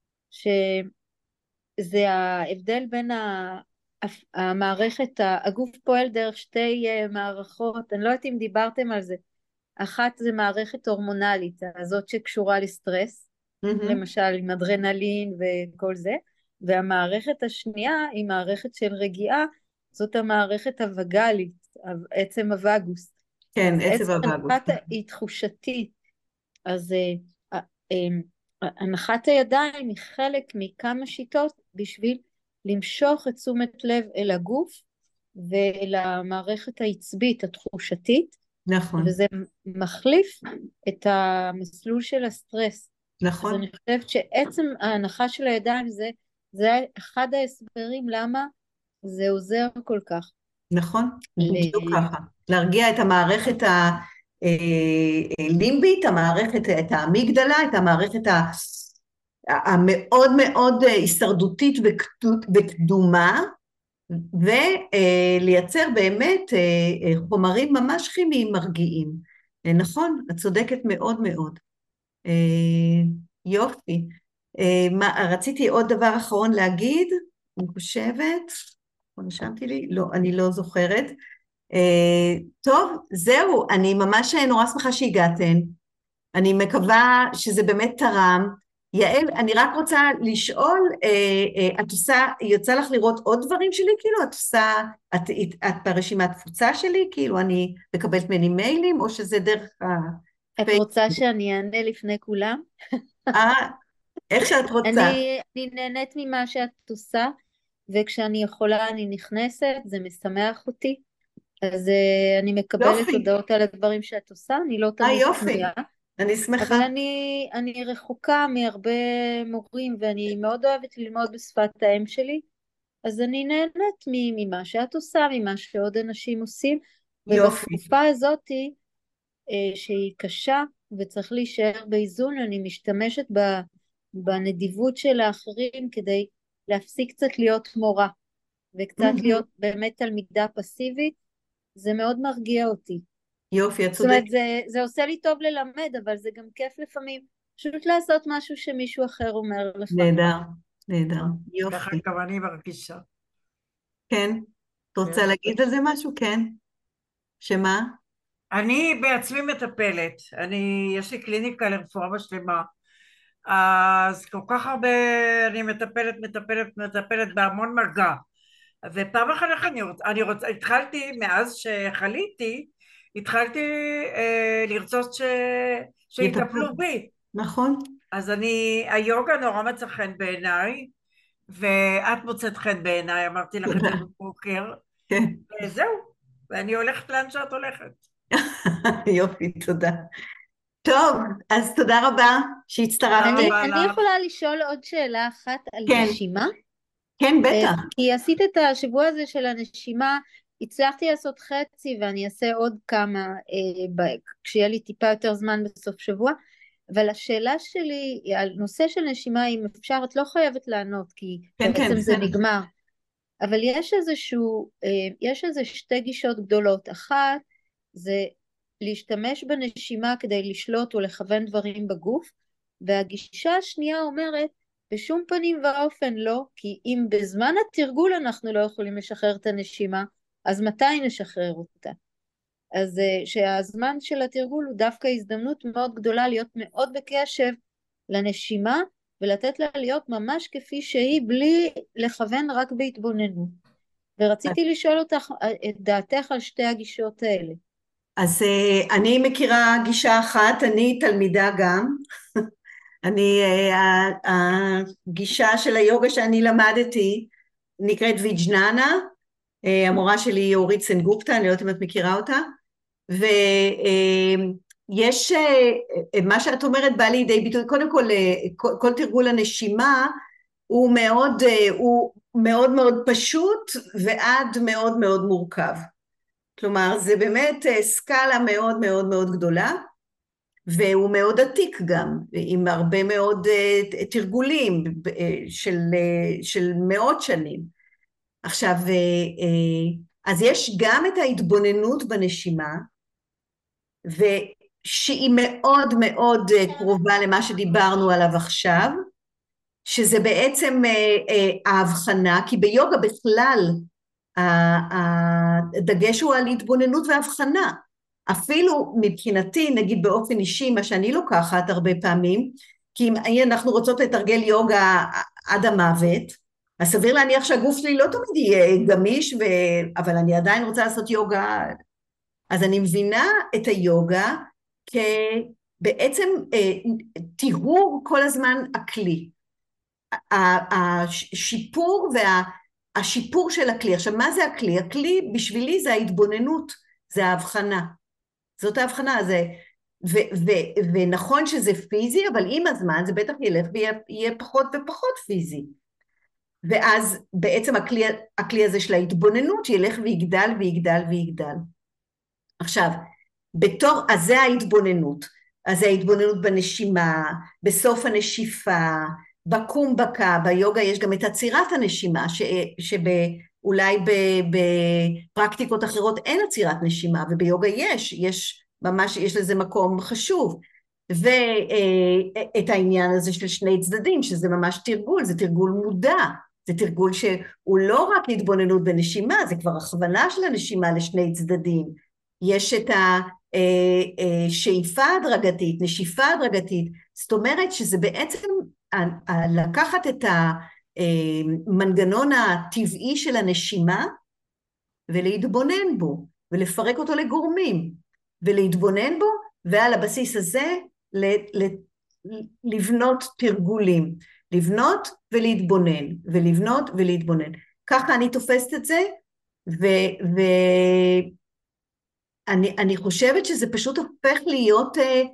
שזה ההבדל בין המערכת, הגוף פועל דרך שתי מערכות, אני לא יודעת אם דיברתם על זה, אחת זה מערכת הורמונלית, הזאת שקשורה לסטרס, למשל עם אדרנלין וכל זה, והמערכת השנייה היא מערכת של רגיעה, זאת המערכת הווגלית, עצם הווגוס. כן, עצם הווגוס. היא תחושתית, אז הנחת הידיים היא חלק מכמה שיטות בשביל למשוך את תשומת לב אל הגוף ואל המערכת העצבית התחושתית, נכון. וזה מחליף את המסלול של הסטרס. נכון. אז אני חושבת שעצם ההנחה של הידיים זה אחד ההסברים למה זה עוזר כל כך. נכון, בדיוק ככה. להרגיע את המערכת הלימבית, את האמיגדלה, את המערכת המאוד מאוד הישרדותית וקדומה, ולייצר באמת חומרים ממש כימיים מרגיעים. נכון, את צודקת מאוד מאוד. יופי. רציתי עוד דבר אחרון להגיד, אני חושבת, נשמתי לי? לא, אני לא זוכרת. טוב, זהו, אני ממש נורא שמחה שהגעתן. אני מקווה שזה באמת תרם. יעל, אני רק רוצה לשאול, את יוצא לך לראות עוד דברים שלי? כאילו, את ברשימת תפוצה שלי? כאילו, אני מקבלת ממני מיילים, או שזה דרך את רוצה שאני אענה לפני כולם? איך שאת רוצה. אני נהנית ממה שאת עושה, וכשאני יכולה אני נכנסת, זה משמח אותי, אז אני מקבלת הודעות על הדברים שאת עושה, אני לא תמיד פנויה. אני שמחה. אבל אני רחוקה מהרבה מורים, ואני מאוד אוהבת ללמוד בשפת האם שלי, אז אני נהנית ממה שאת עושה, ממה שעוד אנשים עושים, ובתקופה הזאת שהיא קשה, וצריך להישאר באיזון, אני משתמשת בנדיבות של האחרים, כדי להפסיק קצת להיות מורה, וקצת להיות באמת תלמידה פסיבית, זה מאוד מרגיע אותי. יופי, את צודקת. זאת אומרת, זה עושה לי טוב ללמד, אבל זה גם כיף לפעמים, פשוט לעשות משהו שמישהו אחר אומר לך. נהדר, נהדר, יופי. ככה גם אני מרגישה. כן, את רוצה להגיד על זה משהו? כן. שמה? אני בעצמי מטפלת, יש לי קליניקה לרפואה משלימה, אז כל כך הרבה אני מטפלת בהמון מגע, ופעם אחת התחלתי, מאז שחליתי, התחלתי לרצות שיטפלו בי. נכון. אז היוגה נורא מצא חן בעיניי, ואת מוצאת חן בעיניי, אמרתי לך את זה בבוקר, וזהו, ואני הולכת לאן שאת הולכת. יופי, תודה. טוב, אז תודה רבה שהצטרפת. אני יכולה לשאול עוד שאלה אחת על נשימה? כן, בטח. כי עשית את השבוע הזה של הנשימה, הצלחתי לעשות חצי ואני אעשה עוד כמה כשיהיה לי טיפה יותר זמן בסוף שבוע, אבל השאלה שלי על נושא של נשימה, אם אפשר, את לא חייבת לענות, כי כן, בעצם כן, זה בסדר. נגמר, אבל יש איזה שתי גישות גדולות. אחת זה להשתמש בנשימה כדי לשלוט או לכוון דברים בגוף, והגישה השנייה אומרת בשום פנים ואופן לא, כי אם בזמן התרגול אנחנו לא יכולים לשחרר את הנשימה, אז מתי נשחרר אותה? אז שהזמן של התרגול הוא דווקא הזדמנות מאוד גדולה להיות מאוד בקשב לנשימה, ולתת לה להיות ממש כפי שהיא, בלי לכוון רק בהתבוננות. ורציתי לשאול אותך את דעתך על שתי הגישות האלה. אז אני מכירה גישה אחת, אני תלמידה גם. הגישה של היוגה שאני למדתי נקראת ויג'ננה, המורה שלי היא אורית סנגופטה, אני לא יודעת אם את מכירה אותה, ויש, מה שאת אומרת בא לידי ביטוי, קודם כל, כל תרגול הנשימה הוא מאוד מאוד פשוט ועד מאוד מאוד מורכב. כלומר, זה באמת סקאלה מאוד מאוד מאוד גדולה, והוא מאוד עתיק גם, עם הרבה מאוד תרגולים של מאות שנים. עכשיו, אז יש גם את ההתבוננות בנשימה, ושהיא מאוד מאוד קרובה למה שדיברנו עליו עכשיו, שזה בעצם ההבחנה, כי ביוגה בכלל הדגש הוא על התבוננות והבחנה. אפילו מבחינתי, נגיד באופן אישי, מה שאני לוקחת הרבה פעמים, כי אם אנחנו רוצות לתרגל יוגה עד המוות, אז סביר להניח שהגוף שלי לא תמיד יהיה גמיש, אבל אני עדיין רוצה לעשות יוגה, אז אני מבינה את היוגה כבעצם טיהור כל הזמן הכלי. השיפור של הכלי. עכשיו, מה זה הכלי? הכלי בשבילי זה ההתבוננות, זה ההבחנה. זאת ההבחנה, ונכון שזה פיזי, אבל עם הזמן זה בטח ילך ויהיה פחות ופחות פיזי. ואז בעצם הכלי הזה של ההתבוננות ילך ויגדל ויגדל ויגדל. עכשיו, אז זה ההתבוננות. אז זה ההתבוננות בנשימה, בסוף הנשיפה, בקומבקה, ביוגה יש גם את עצירת הנשימה, שאולי בפרקטיקות אחרות אין עצירת נשימה, וביוגה יש ממש, יש לזה מקום חשוב. ואת העניין הזה של שני צדדים, שזה ממש תרגול, זה תרגול מודע, זה תרגול שהוא לא רק התבוננות בנשימה, זה כבר הכוונה של הנשימה לשני צדדים. יש את השאיפה הדרגתית, נשיפה הדרגתית, זאת אומרת שזה בעצם לקחת את המנגנון הטבעי של הנשימה ולהתבונן בו, ולפרק אותו לגורמים, ולהתבונן בו, ועל הבסיס הזה לבנות תרגולים, לבנות ולהתבונן, ולבנות ולהתבונן. ככה אני תופסת את זה, אני חושבת שזה פשוט הופך להיות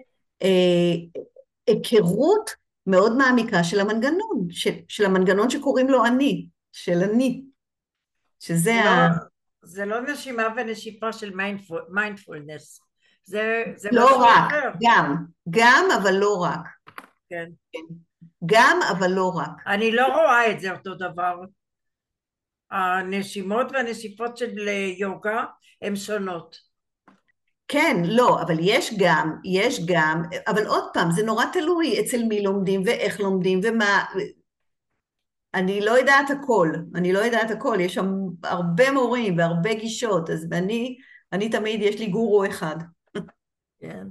היכרות מאוד מעמיקה של המנגנון, של המנגנון שקוראים לו אני, של אני, שזה זה לא נשימה ונשיפה של מיינדפולנס, זה לא משהו רק, אחר. גם, אבל לא רק. כן. גם, אבל לא רק. אני לא רואה את זה אותו דבר. הנשימות והנשיפות של יוגה הן שונות. כן, לא, אבל יש גם, אבל עוד פעם, זה נורא תלוי אצל מי לומדים ואיך לומדים ומה, אני לא יודעת הכל, יש שם הרבה מורים והרבה גישות, אז אני תמיד, יש לי גורו אחד. כן.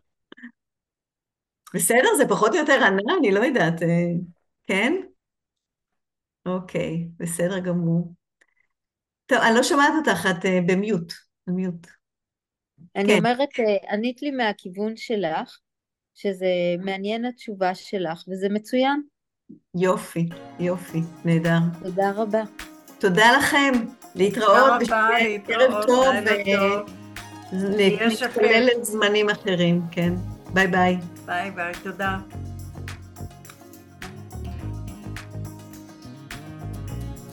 בסדר, זה פחות או יותר ענה, אני לא יודעת, כן? אוקיי, בסדר גמור. טוב, אני לא שומעת אותך, את במיוט. אני אומרת, ענית לי מהכיוון שלך, שזה מעניין התשובה שלך, וזה מצוין. יופי, נהדר. תודה רבה. תודה לכם, להתראות. תודה רבה, ערב טוב, להתראות. נתפלל לזמנים אחרים, כן. ביי ביי. ביי ביי, תודה.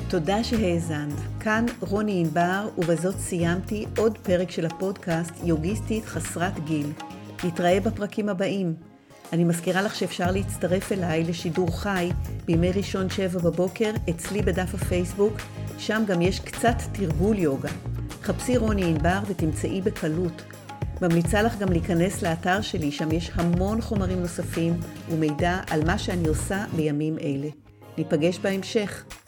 תודה שהאזנת. כאן רוני ענבר, ובזאת סיימתי עוד פרק של הפודקאסט יוגיסטית חסרת גיל. נתראה בפרקים הבאים. אני מזכירה לך שאפשר להצטרף אליי לשידור חי בימי ראשון 7 בבוקר אצלי בדף הפייסבוק, שם גם יש קצת תרגול יוגה. חפשי רוני ענבר ותמצאי בקלות. ממליצה לך גם להיכנס לאתר שלי, שם יש המון חומרים נוספים ומידע על מה שאני עושה בימים אלה. ניפגש בהמשך.